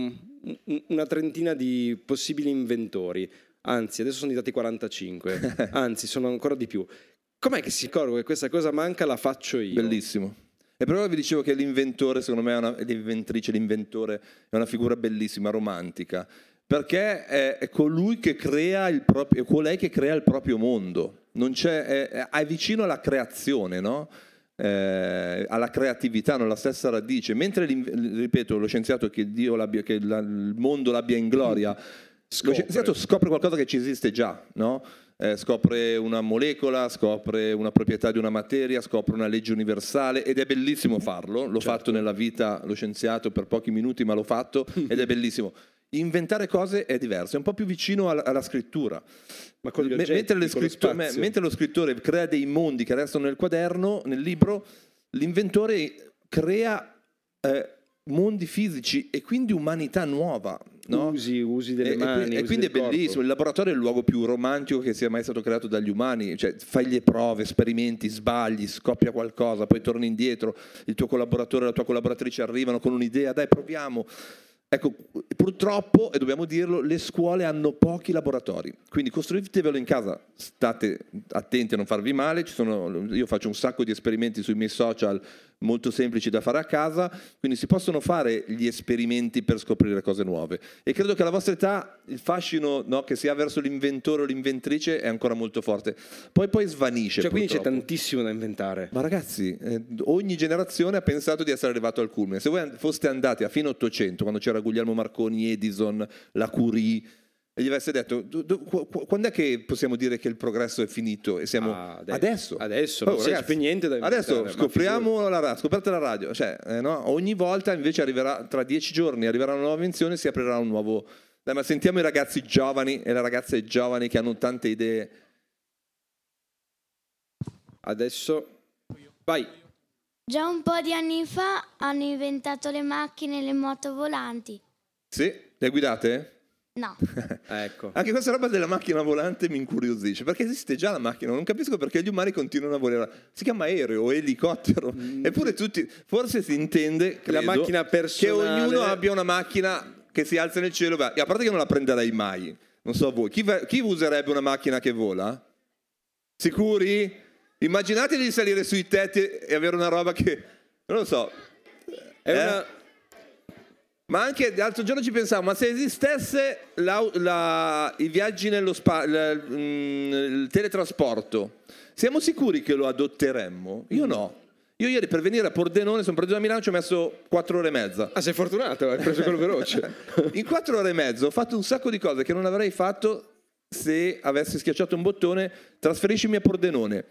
una trentina di possibili inventori, anzi adesso sono diventati 45, anzi sono ancora di più. Com'è che si accorgono che questa cosa manca, la faccio io? Bellissimo. E però vi dicevo che l'inventore, secondo me, l'inventore è una figura bellissima, romantica, perché è colui che crea colei che crea il proprio mondo. Non c'è, è vicino alla creazione, no? Alla creatività, non la stessa radice. Mentre, ripeto, lo scienziato che il mondo l'abbia in gloria, lo scienziato scopre qualcosa che ci esiste già, no? Scopre una molecola, scopre una proprietà di una materia, scopre una legge universale ed è bellissimo farlo. L'ho fatto nella vita, lo scienziato, per pochi minuti, ma l'ho fatto ed è bellissimo. Inventare cose è diverso, è un po' più vicino alla scrittura. Ma con gli oggetti, mentre lo scrittore crea dei mondi che restano nel quaderno, nel libro, l'inventore crea mondi fisici e quindi umanità nuova, no? Usi delle mani, e quindi è bellissimo. Il laboratorio è il luogo più romantico che sia mai stato creato dagli umani. Cioè, fai le prove, sperimenti, sbagli, scoppia qualcosa, poi torni indietro, il tuo collaboratore e la tua collaboratrice arrivano con un'idea, dai proviamo. Ecco, purtroppo, e dobbiamo dirlo, le scuole hanno pochi laboratori, quindi costruitevelo in casa, state attenti a non farvi male. Io faccio un sacco di esperimenti sui miei social molto semplici da fare a casa, quindi si possono fare gli esperimenti per scoprire cose nuove. E credo che alla vostra età il fascino, no, che si ha verso l'inventore o l'inventrice è ancora molto forte. Poi svanisce. Cioè, quindi c'è tantissimo da inventare. Ma ragazzi, ogni generazione ha pensato di essere arrivato al culmine. Se voi foste andati a fine 800, quando c'era Guglielmo Marconi, Edison, la Curie, e gli avesse detto quando è che possiamo dire che il progresso è finito e siamo adesso non c'è più niente da inventare. Adesso scoprite la radio, cioè, no? Ogni volta invece arriverà, tra 10 giorni arriverà una nuova invenzione, si aprirà un nuovo. Dai, ma sentiamo i ragazzi giovani e le ragazze giovani che hanno tante idee. Adesso vai. Già un po' di anni fa hanno inventato le macchine e le moto volanti. Sì, le guidate? No. Ecco. Anche questa roba della macchina volante mi incuriosisce, perché esiste già la macchina, non capisco perché gli umani continuano a volare. Si chiama aereo o elicottero, eppure tutti, forse si intende, credo, la macchina personale, che ognuno abbia una macchina che si alza nel cielo, e a parte che non la prenderei mai, non so voi, chi userebbe una macchina che vola? Sicuri? Immaginate di salire sui tetti e avere una roba che, non lo so, Ma anche l'altro giorno ci pensavo, ma se esistesse i viaggi nello il teletrasporto, siamo sicuri che lo adotteremmo? Io no. Io ieri per venire a Pordenone sono partito da Milano, ci ho messo 4 ore e mezza. Ah, sei fortunato, hai preso quello veloce. In 4 ore e mezzo ho fatto un sacco di cose che non avrei fatto se avessi schiacciato un bottone, trasferiscimi a Pordenone.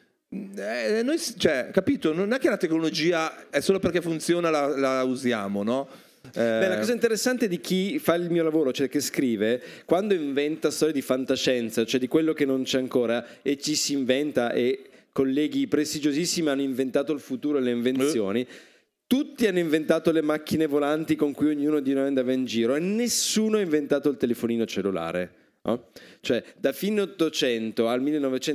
Noi, cioè, capito? Non è che la tecnologia è solo perché funziona la usiamo, no? La cosa interessante di chi fa il mio lavoro, cioè che scrive, quando inventa storie di fantascienza, cioè di quello che non c'è ancora, e ci si inventa, e colleghi prestigiosissimi hanno inventato il futuro e le invenzioni, tutti hanno inventato le macchine volanti con cui ognuno di noi andava in giro e nessuno ha inventato il telefonino cellulare. No? Cioè da fine 800 al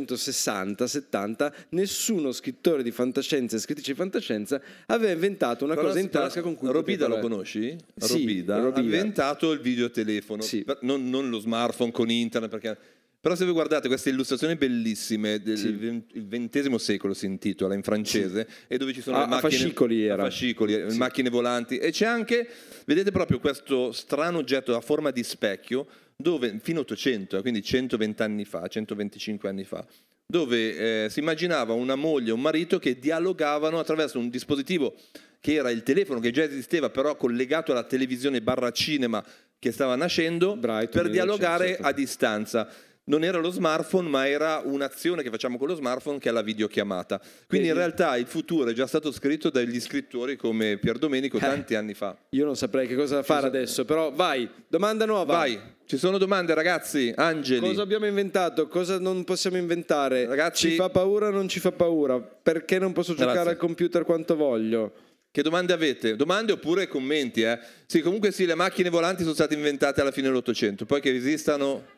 1960-70 nessuno scrittore di fantascienza e scrittrice di fantascienza aveva inventato una cosa in tasca con cui Robida lo conosci? Sì, Robida ha inventato il videotelefono, sì. non lo smartphone con internet, perché... Però se voi guardate queste illustrazioni bellissime del XX secolo, si intitola in francese, e dove ci sono le macchine macchine volanti, e c'è anche, vedete proprio questo strano oggetto a forma di specchio, dove fino 800, quindi 120 anni fa, 125 anni fa, dove si immaginava una moglie e un marito che dialogavano attraverso un dispositivo che era il telefono, che già esisteva però collegato alla televisione / cinema che stava nascendo, per dialogare a distanza. Non era lo smartphone, ma era un'azione che facciamo con lo smartphone, che è la videochiamata. Quindi in realtà il futuro è già stato scritto dagli scrittori come Pier Domenico tanti anni fa. Io non saprei che cosa fare adesso, però vai, domanda nuova. Vai, ci sono domande, ragazzi, Angeli. Cosa abbiamo inventato? Cosa non possiamo inventare? Ragazzi, ci fa paura o non ci fa paura? Perché non posso giocare al computer quanto voglio? Che domande avete? Domande oppure commenti, eh? Sì, comunque sì, le macchine volanti sono state inventate alla fine dell'Ottocento, poi che esistano...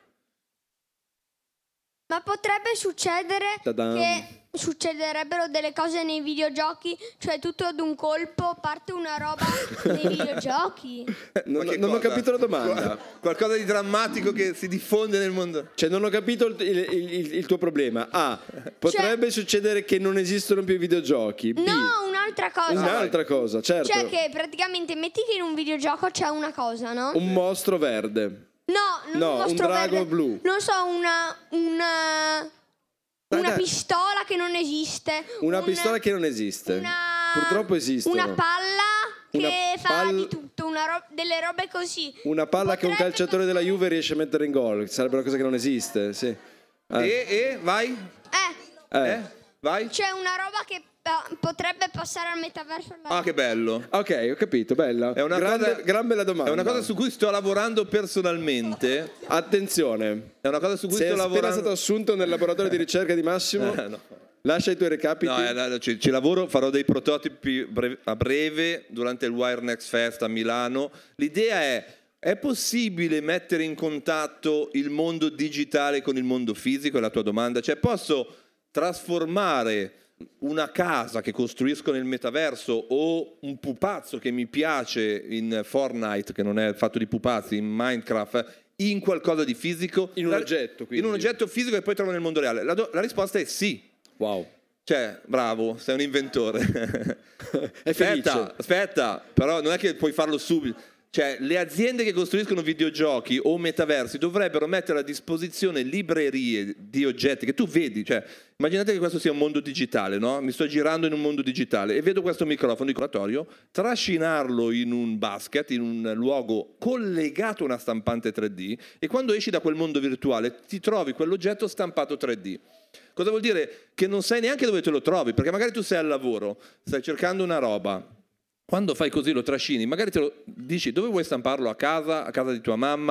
Ma potrebbe succedere che succederebbero delle cose nei videogiochi, cioè tutto ad un colpo parte una roba nei videogiochi? Non ho capito la domanda. Qualcosa di drammatico che si diffonde nel mondo. Cioè non ho capito il tuo problema. A, potrebbe succedere che non esistono più i videogiochi. B, no, un'altra cosa. Un'altra cosa, certo. Cioè che praticamente metti che in un videogioco c'è una cosa, no? Un mostro verde. No, un drago verde. blu. Non so, una pistola che non esiste. Una pistola che non esiste. Purtroppo esistono. Una palla che fa di tutto, delle robe così. Una palla che un calciatore della Juve riesce a mettere in gol. Sarebbe una cosa che non esiste, sì. E vai? Vai? C'è una roba che potrebbe passare al metaverso. Ah, che bello. Ok, ho capito, bella. È una gran bella domanda. È una cosa su cui sto lavorando personalmente. Attenzione. È una cosa su cui sto lavorando. Sei appena stato assunto nel laboratorio di ricerca di Massimo? No. Lascia i tuoi recapiti. No, ci lavoro, farò dei prototipi a breve durante il Wire Next Fest a Milano. L'idea è possibile mettere in contatto il mondo digitale con il mondo fisico? È la tua domanda. Cioè posso trasformare una casa che costruisco nel metaverso o un pupazzo che mi piace in Fortnite, che non è fatto di pupazzi, in Minecraft, in qualcosa di fisico? In un oggetto, quindi. In un oggetto fisico che poi trovo nel mondo reale. La risposta è sì. Wow. Cioè, bravo, sei un inventore. È felice. Aspetta, però non è che puoi farlo subito. Cioè, le aziende che costruiscono videogiochi o metaversi dovrebbero mettere a disposizione librerie di oggetti che tu vedi. Cioè, immaginate che questo sia un mondo digitale, no? Mi sto girando in un mondo digitale e vedo questo microfono di laboratorio, trascinarlo in un basket, in un luogo collegato a una stampante 3D, e quando esci da quel mondo virtuale ti trovi quell'oggetto stampato 3D. Cosa vuol dire? Che non sai neanche dove te lo trovi, perché magari tu sei al lavoro, stai cercando una roba. Quando fai così lo trascini, magari te lo dici dove vuoi stamparlo, a casa di tua mamma,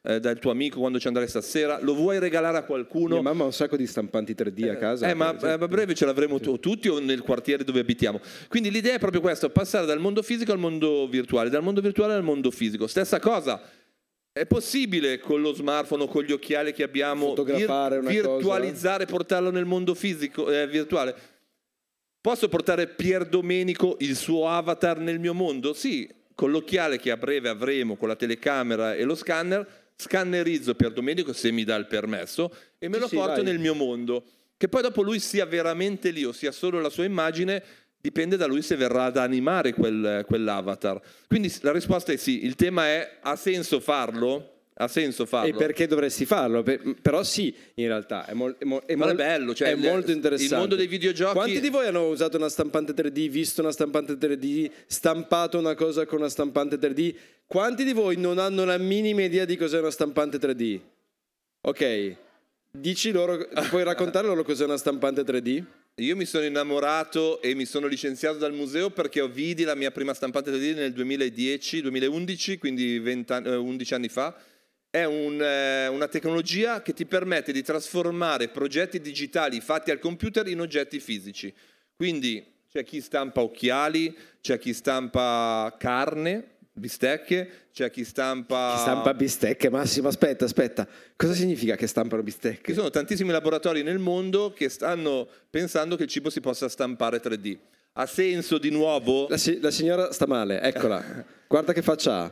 dal tuo amico quando ci andrai stasera? Lo vuoi regalare a qualcuno? Mia mamma ha un sacco di stampanti 3D a casa. Ma a breve ce l'avremo tutti o nel quartiere dove abitiamo. Quindi l'idea è proprio questa, passare dal mondo fisico al mondo virtuale, dal mondo virtuale al mondo fisico. Stessa cosa, è possibile con lo smartphone o con gli occhiali che abbiamo fotografare una virtualizzare, portarlo nel mondo fisico, virtuale? Posso portare Pier Domenico, il suo avatar, nel mio mondo? Sì, con l'occhiale che a breve avremo, con la telecamera e lo scanner, scannerizzo Pier Domenico se mi dà il permesso e me lo porto nel mio mondo. Che poi dopo lui sia veramente lì o sia solo la sua immagine, dipende da lui se verrà ad animare quell'avatar. Quindi la risposta è sì, il tema è: ha senso farlo? Ha senso farlo. E perché dovresti farlo? Però sì, in realtà è bello, cioè è molto interessante. Il mondo dei videogiochi. Quanti di voi hanno usato una stampante 3D, visto una stampante 3D, stampato una cosa con una stampante 3D? Quanti di voi non hanno la minima idea di cos'è una stampante 3D? Ok, dici loro, puoi raccontare loro cos'è una stampante 3D? Io mi sono innamorato e mi sono licenziato dal museo perché vidi la mia prima stampante 3D nel 2010-2011, quindi 11 anni fa. È una tecnologia che ti permette di trasformare progetti digitali fatti al computer in oggetti fisici. Quindi c'è chi stampa occhiali, c'è chi stampa carne, bistecche, c'è chi stampa... Chi stampa bistecche? Massimo, aspetta. Cosa significa che stampano bistecche? Ci sono tantissimi laboratori nel mondo che stanno pensando che il cibo si possa stampare 3D. Ha senso di nuovo? La signora sta male, eccola. Guarda che faccia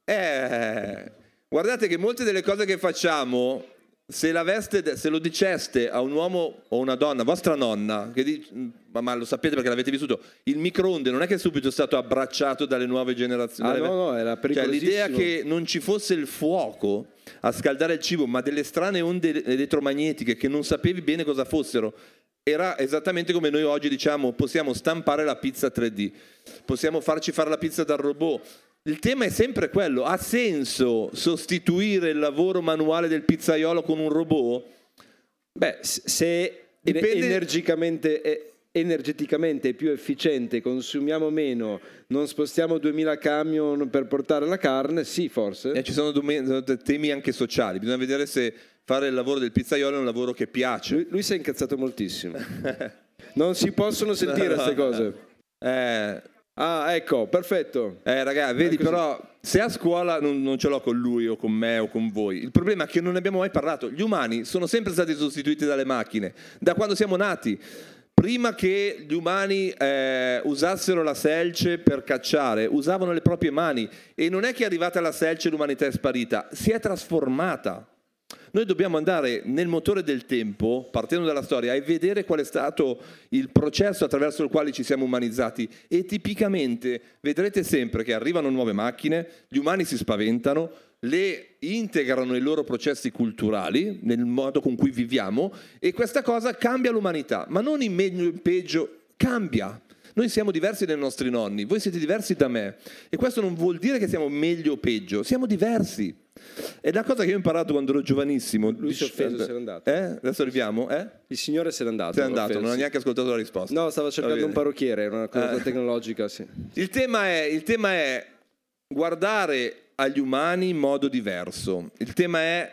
ha. Guardate che molte delle cose che facciamo, se lo diceste a un uomo o una donna, vostra nonna, che ma lo sapete perché l'avete vissuto, il microonde non è che è subito stato abbracciato dalle nuove generazioni. No, era pericolosissimo. Cioè, l'idea che non ci fosse il fuoco a scaldare il cibo, ma delle strane onde elettromagnetiche che non sapevi bene cosa fossero, era esattamente come noi oggi diciamo: possiamo stampare la pizza 3D, possiamo farci fare la pizza dal robot. Il tema è sempre quello: ha senso sostituire il lavoro manuale del pizzaiolo con un robot? Beh, se energeticamente è più efficiente, consumiamo meno, non spostiamo 2000 camion per portare la carne, sì, forse. Ci sono temi anche sociali, bisogna vedere se fare il lavoro del pizzaiolo è un lavoro che piace. Lui si è incazzato moltissimo. Non si possono sentire queste cose. Ecco, perfetto. Ragazzi, vedi, però se a scuola non ce l'ho con lui o con me o con voi, il problema è che non ne abbiamo mai parlato. Gli umani sono sempre stati sostituiti dalle macchine da quando siamo nati. Prima che gli umani usassero la selce per cacciare, usavano le proprie mani, e non è che è arrivata la selce e l'umanità è sparita, si è trasformata. Noi dobbiamo andare nel motore del tempo, partendo dalla storia, e vedere qual è stato il processo attraverso il quale ci siamo umanizzati. E tipicamente vedrete sempre che arrivano nuove macchine, gli umani si spaventano, le integrano nei loro processi culturali, nel modo con cui viviamo, e questa cosa cambia l'umanità, ma non in meglio o in peggio, cambia. Noi siamo diversi dai nostri nonni, voi siete diversi da me, e questo non vuol dire che siamo meglio o peggio, siamo diversi. È una cosa che io ho imparato quando ero giovanissimo. Lui si è offeso, se n'è andato. Adesso arriviamo? Il signore se n'è andato. Se n'è andato, non ha neanche ascoltato la risposta. No, stava cercando un parrucchiere, una cosa tecnologica, sì. Il tema è guardare agli umani in modo diverso. Il tema è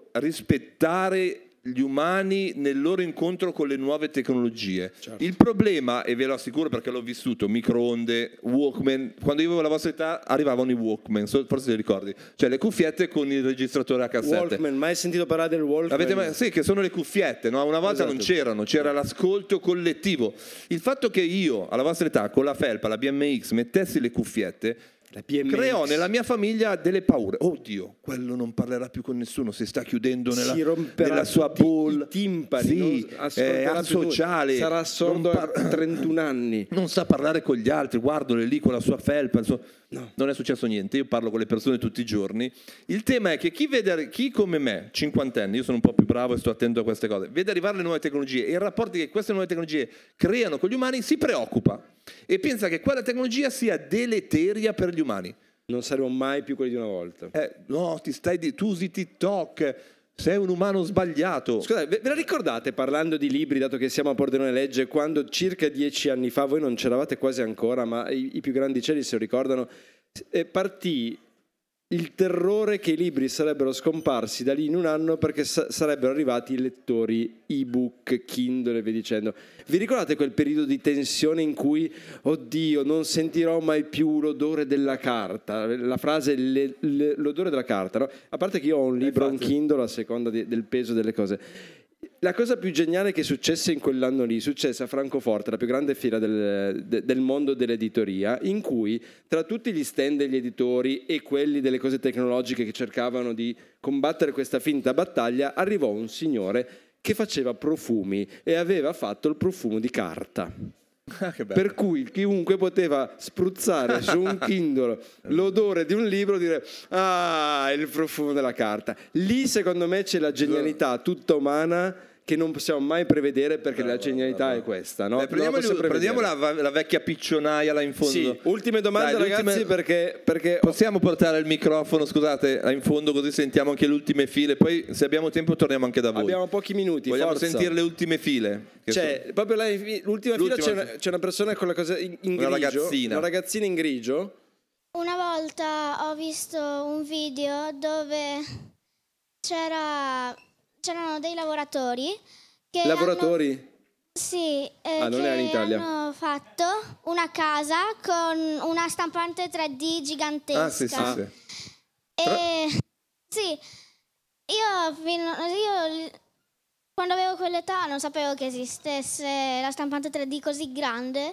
rispettare gli umani nel loro incontro con le nuove tecnologie. Certo. Il problema, e ve lo assicuro perché l'ho vissuto, microonde, Walkman, quando io avevo la vostra età arrivavano i Walkman, forse ti ricordi, cioè le cuffiette con il registratore a cassette. Walkman, mai sentito parlare del Walkman? Sì, che sono le cuffiette, no? Una volta non c'erano, c'era l'ascolto collettivo. Il fatto che io, alla vostra età, con la felpa, la BMX, mettessi le cuffiette, creò nella mia famiglia delle paure. Oddio, quello non parlerà più con nessuno, si sta chiudendo nella sua bowl, i timpani, sì, è asociale, sarà sordo a 31 anni, non sa parlare con gli altri, guardalo lì con la sua felpa, no. Non è successo niente, io parlo con le persone tutti i giorni. Il tema è che chi come me, cinquantenni, io sono un po' più bravo e sto attento a queste cose, vede arrivare le nuove tecnologie e i rapporti che queste nuove tecnologie creano con gli umani, si preoccupa e pensa che quella tecnologia sia deleteria per gli umani. Non saremo mai più quelli di una volta. No, tu usi TikTok, sei un umano sbagliato. Scusate, ve la ricordate, parlando di libri, dato che siamo a Pordenone Legge, quando circa 10 anni fa, voi non c'eravate quasi ancora, ma i più grandicelli se lo ricordano, partì il terrore che i libri sarebbero scomparsi da lì in un anno perché sarebbero arrivati i lettori ebook, Kindle e via dicendo. Vi ricordate quel periodo di tensione in cui, oddio, non sentirò mai più l'odore della carta? La frase l'odore della carta, no? A parte che io ho un libro, un Kindle, a seconda del peso delle cose. La cosa più geniale che successe in quell'anno lì, successe a Francoforte, la più grande fiera del mondo dell'editoria, in cui tra tutti gli stand degli editori e quelli delle cose tecnologiche che cercavano di combattere questa finta battaglia, arrivò un signore che faceva profumi e aveva fatto il profumo di carta. Che bello. Per cui chiunque poteva spruzzare su un Kindle l'odore di un libro e dire il profumo della carta. Lì secondo me c'è la genialità tutta umana che non possiamo mai prevedere, perché la genialità è questa, no? Prendiamo la vecchia piccionaia là in fondo. Sì, ultime domande. Dai, ragazzi, perché possiamo portare il microfono, scusate, là in fondo, così sentiamo anche le ultime file, poi se abbiamo tempo torniamo anche da voi. Abbiamo pochi minuti. Vogliamo sentire le ultime file? Proprio là, l'ultima fila c'è una persona con la cosa in grigio, una ragazzina in grigio. Una volta ho visto un video dove c'erano dei lavoratori che sì, non era in Italia. Hanno fatto una casa con una stampante 3D gigantesca. Sì. Sì, io quando avevo quell'età non sapevo che esistesse la stampante 3D così grande.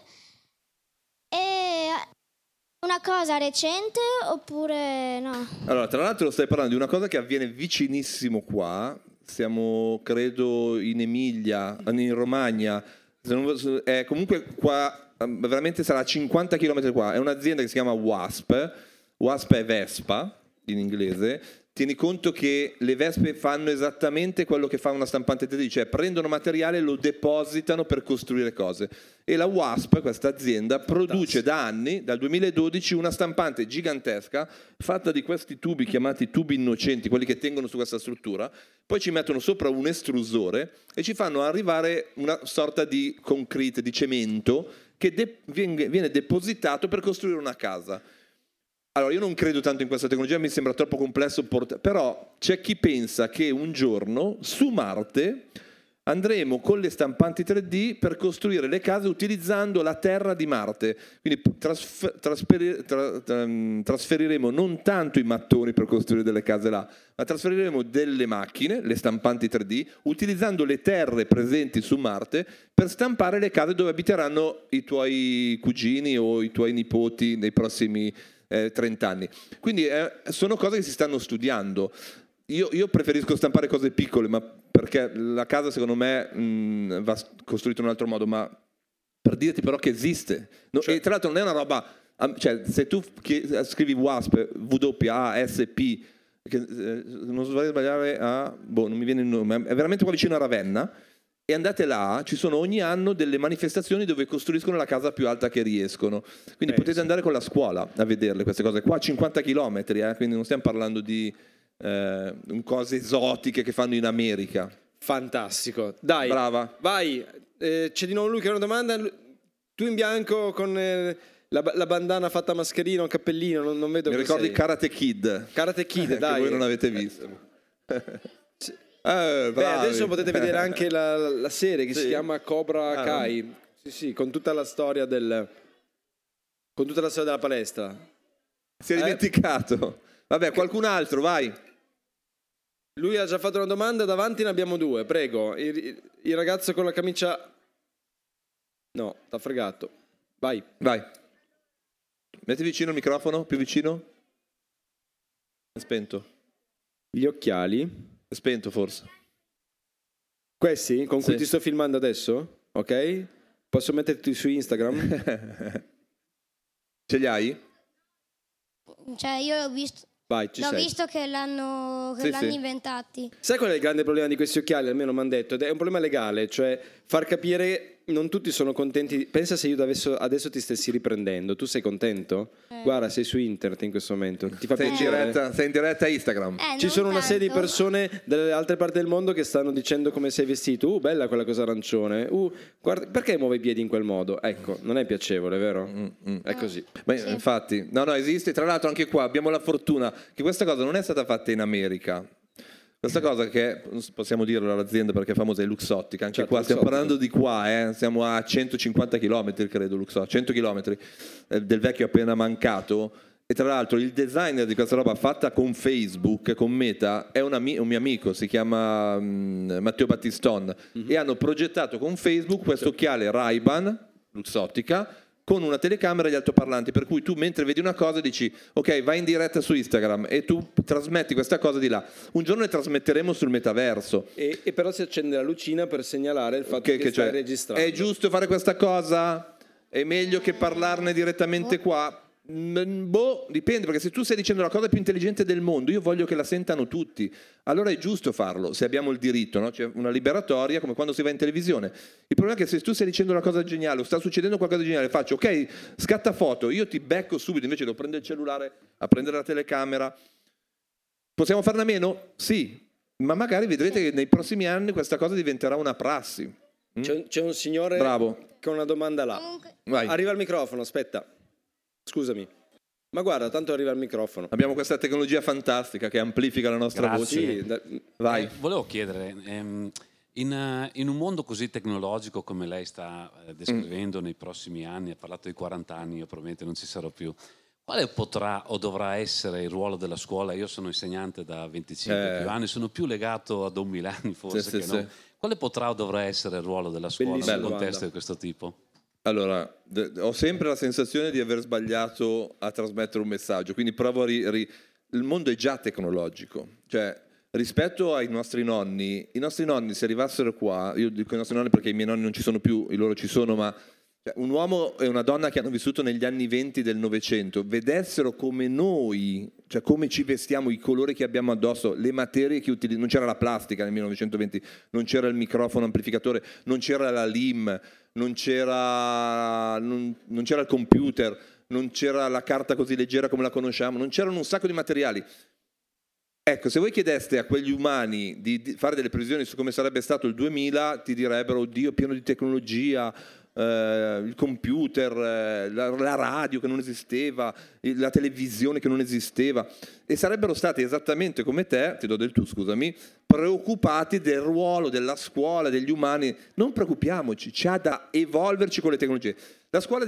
E una cosa recente oppure no? Allora, tra l'altro stai parlando di una cosa che avviene vicinissimo qua. Siamo, credo, in Emilia, in Romagna. Comunque qua veramente sarà 50 km qua. È un'azienda che si chiama Wasp. Wasp è Vespa in inglese. Tieni conto che le Vespe fanno esattamente quello che fa una stampante 3D, cioè prendono materiale e lo depositano per costruire cose. E la Wasp, questa azienda, produce da anni, dal 2012, una stampante gigantesca fatta di questi tubi chiamati tubi innocenti, quelli che tengono su questa struttura. Poi ci mettono sopra un estrusore e ci fanno arrivare una sorta di concrete, di cemento, che viene depositato per costruire una casa. Allora, io non credo tanto in questa tecnologia, mi sembra troppo complesso, però c'è chi pensa che un giorno su Marte andremo con le stampanti 3D per costruire le case utilizzando la terra di Marte. Quindi trasferiremo non tanto i mattoni per costruire delle case là, ma trasferiremo delle macchine, le stampanti 3D, utilizzando le terre presenti su Marte per stampare le case dove abiteranno i tuoi cugini o i tuoi nipoti nei prossimi 30 anni. Quindi sono cose che si stanno studiando. Io preferisco stampare cose piccole, ma perché la casa secondo me va costruita in un altro modo, ma per dirti però che esiste. E tra l'altro non è una roba, cioè se tu scrivi WASP, WASP, che non vorrei sbagliare non mi viene il nome, è veramente qua vicino a Ravenna, e andate là, ci sono ogni anno delle manifestazioni dove costruiscono la casa più alta che riescono. Quindi potete andare con la scuola a vederle queste cose. Qua a 50 km, quindi non stiamo parlando di cose esotiche che fanno in America. Fantastico. Dai, brava. Vai, c'è di nuovo lui che ha una domanda. Tu in bianco con la bandana fatta a mascherina, un cappellino, non vedo. Mi ricordi sei. Karate Kid, dai. Che voi non avete visto. Adesso potete vedere anche la serie che si chiama Cobra Kai. Sì, con tutta la storia della palestra. Si è dimenticato. Vabbè, qualcun altro, vai. Lui ha già fatto una domanda, davanti ne abbiamo due, prego. Il ragazzo con la camicia. No, t'ha fregato. Vai. Metti vicino il microfono, più vicino. È spento. Gli occhiali. È spento forse. Questi con cui ti sto filmando adesso? Ok? Posso metterti su Instagram? Ce li hai? Cioè io l'ho visto. Vai, l'ho visto che l'hanno inventati. Sai qual è il grande problema di questi occhiali? Almeno mi hanno detto, è un problema legale, cioè far capire non tutti sono contenti. Pensa se io adesso ti stessi riprendendo, tu sei contento? Guarda, sei su internet in questo momento, ti fa piacere? Sei in diretta a Instagram. Ci sono una serie di persone dalle altre parti del mondo che stanno dicendo come sei vestito. Bella quella cosa arancione. Guarda, perché muove i piedi in quel modo? Ecco, non è piacevole, vero? È così. Ma infatti, no, esiste. Tra l'altro anche qua abbiamo la fortuna che questa cosa non è stata fatta in America. Questa cosa che possiamo dirlo all'azienda perché è famosa è Luxottica, anche qua stiamo parlando di qua, siamo a 150 km credo, Luxottica, 100 km del vecchio appena mancato, e tra l'altro il designer di questa roba fatta con Facebook, con Meta, è un mio amico, si chiama Matteo Battiston, e hanno progettato con Facebook questo occhiale Ray-Ban, Luxottica, con una telecamera e gli altoparlanti, per cui tu mentre vedi una cosa dici ok, vai in diretta su Instagram e tu trasmetti questa cosa di là. Un giorno ne trasmetteremo sul metaverso e però si accende la lucina per segnalare il fatto che stai registrando. È giusto fare questa cosa? È meglio che parlarne direttamente qua? Dipende, perché se tu stai dicendo la cosa più intelligente del mondo, io voglio che la sentano tutti, allora è giusto farlo, se abbiamo il diritto, no? C'è una liberatoria come quando si va in televisione. Il problema è che se tu stai dicendo una cosa geniale o sta succedendo qualcosa di geniale, faccio ok, scatta foto, io ti becco subito, invece devo prendere il cellulare, a prendere la telecamera. Possiamo farne a meno? Sì, ma magari vedrete che nei prossimi anni questa cosa diventerà una prassi. C'è un signore con una domanda là. Vai. Arriva il microfono, aspetta. Scusami, ma guarda, tanto arriva il microfono. Abbiamo questa tecnologia fantastica che amplifica la nostra voce. Vai. Volevo chiedere, in un mondo così tecnologico come lei sta descrivendo nei prossimi anni, ha parlato di 40 anni, io probabilmente non ci sarò più, quale potrà o dovrà essere il ruolo della scuola? Io sono insegnante da 25 più anni, sono più legato a Don Milani forse che no. Quale potrà o dovrà essere il ruolo della scuola in un contesto di questo tipo? Allora, ho sempre la sensazione di aver sbagliato a trasmettere un messaggio, quindi provo il mondo è già tecnologico, cioè rispetto ai nostri nonni, i nostri nonni se arrivassero qua, io dico i nostri nonni perché i miei nonni non ci sono più, i loro ci sono, ma un uomo e una donna che hanno vissuto negli anni 20 del Novecento vedessero come noi, cioè come ci vestiamo, i colori che abbiamo addosso, le materie che utilizziamo, non c'era la plastica nel 1920, non c'era il microfono amplificatore, non c'era la LIM, non c'era il computer, non c'era la carta così leggera come la conosciamo, non c'erano un sacco di materiali. Ecco, se voi chiedeste a quegli umani di fare delle previsioni su come sarebbe stato il 2000, ti direbbero, oddio, pieno di tecnologia, il computer, la radio che non esisteva, la televisione che non esisteva, e sarebbero stati esattamente come te, ti do del tu, scusami, preoccupati del ruolo della scuola, degli umani. Non preoccupiamoci, c'ha da evolverci con le tecnologie. La scuola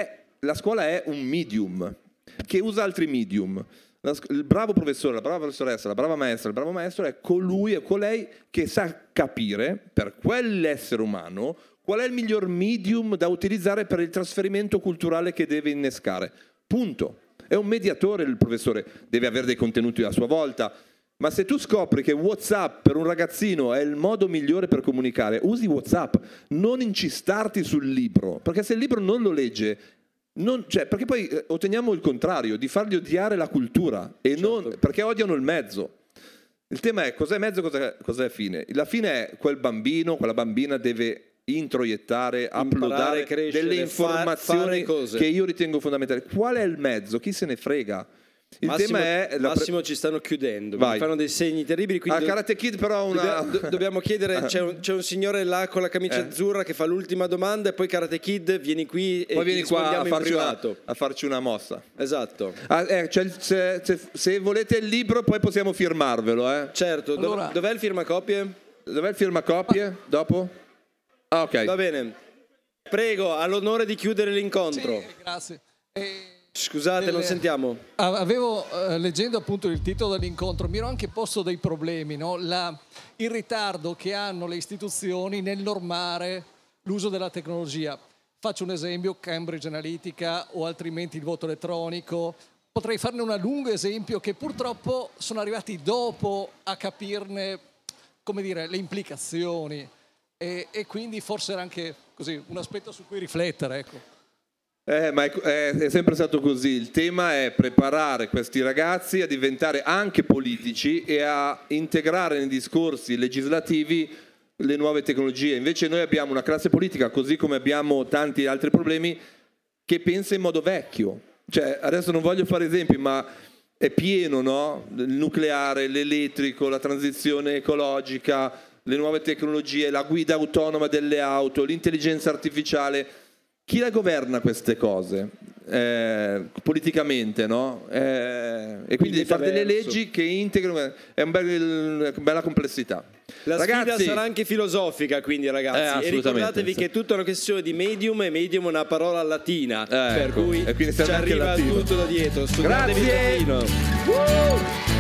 è un medium che usa altri medium. Il bravo professore, la brava professoressa, la brava maestra, il bravo maestro è colui e colei che sa capire per quell'essere umano qual è il miglior medium da utilizzare per il trasferimento culturale che deve innescare. Punto. È un mediatore il professore, deve avere dei contenuti a sua volta, ma se tu scopri che WhatsApp per un ragazzino è il modo migliore per comunicare, usi WhatsApp, non incistarti sul libro, perché se il libro non lo legge, perché poi otteniamo il contrario, di fargli odiare la cultura, e non perché odiano il mezzo. Il tema è cos'è mezzo, cos'è fine. La fine è quel bambino, quella bambina deve introiettare, uploadare delle informazioni che io ritengo fondamentali. Qual è il mezzo? Chi se ne frega? Il tema è Massimo, ci stanno chiudendo, mi fanno dei segni terribili, quindi Karate Kid però dobbiamo chiedere, c'è un signore là con la camicia azzurra che fa l'ultima domanda, e poi Karate Kid vieni qui e poi vieni qua a farci una mossa. Esatto. Se volete il libro poi possiamo firmarvelo, certo. Allora, dov'è il firmacopie? Dopo? Ok. Va bene. Prego, all'onore di chiudere l'incontro. Sì, grazie. Scusate, non sentiamo. Avevo, leggendo appunto il titolo dell'incontro, mi ero anche posto dei problemi, no? Il ritardo che hanno le istituzioni nel normare l'uso della tecnologia. Faccio un esempio, Cambridge Analytica o altrimenti il voto elettronico. Potrei farne un lungo esempio che purtroppo sono arrivati dopo a capirne, come dire, le implicazioni. E quindi forse era anche così un aspetto su cui riflettere, ecco. Ma è sempre stato così. Il tema è preparare questi ragazzi a diventare anche politici e a integrare nei discorsi legislativi le nuove tecnologie. Invece noi abbiamo una classe politica, così come abbiamo tanti altri problemi, che pensa in modo vecchio. Cioè, adesso non voglio fare esempi, ma è pieno, no? Il nucleare, l'elettrico, la transizione ecologica, le nuove tecnologie, la guida autonoma delle auto, l'intelligenza artificiale. Chi la governa queste cose? Politicamente, no? E quindi fare delle leggi che integrano, è una bella complessità. La ragazzi, sfida sarà anche filosofica, quindi, ragazzi. E ricordatevi che è tutta una questione di medium, e medium è una parola latina, per cui e quindi ci arriva tutto da dietro. Studiatevi il latino.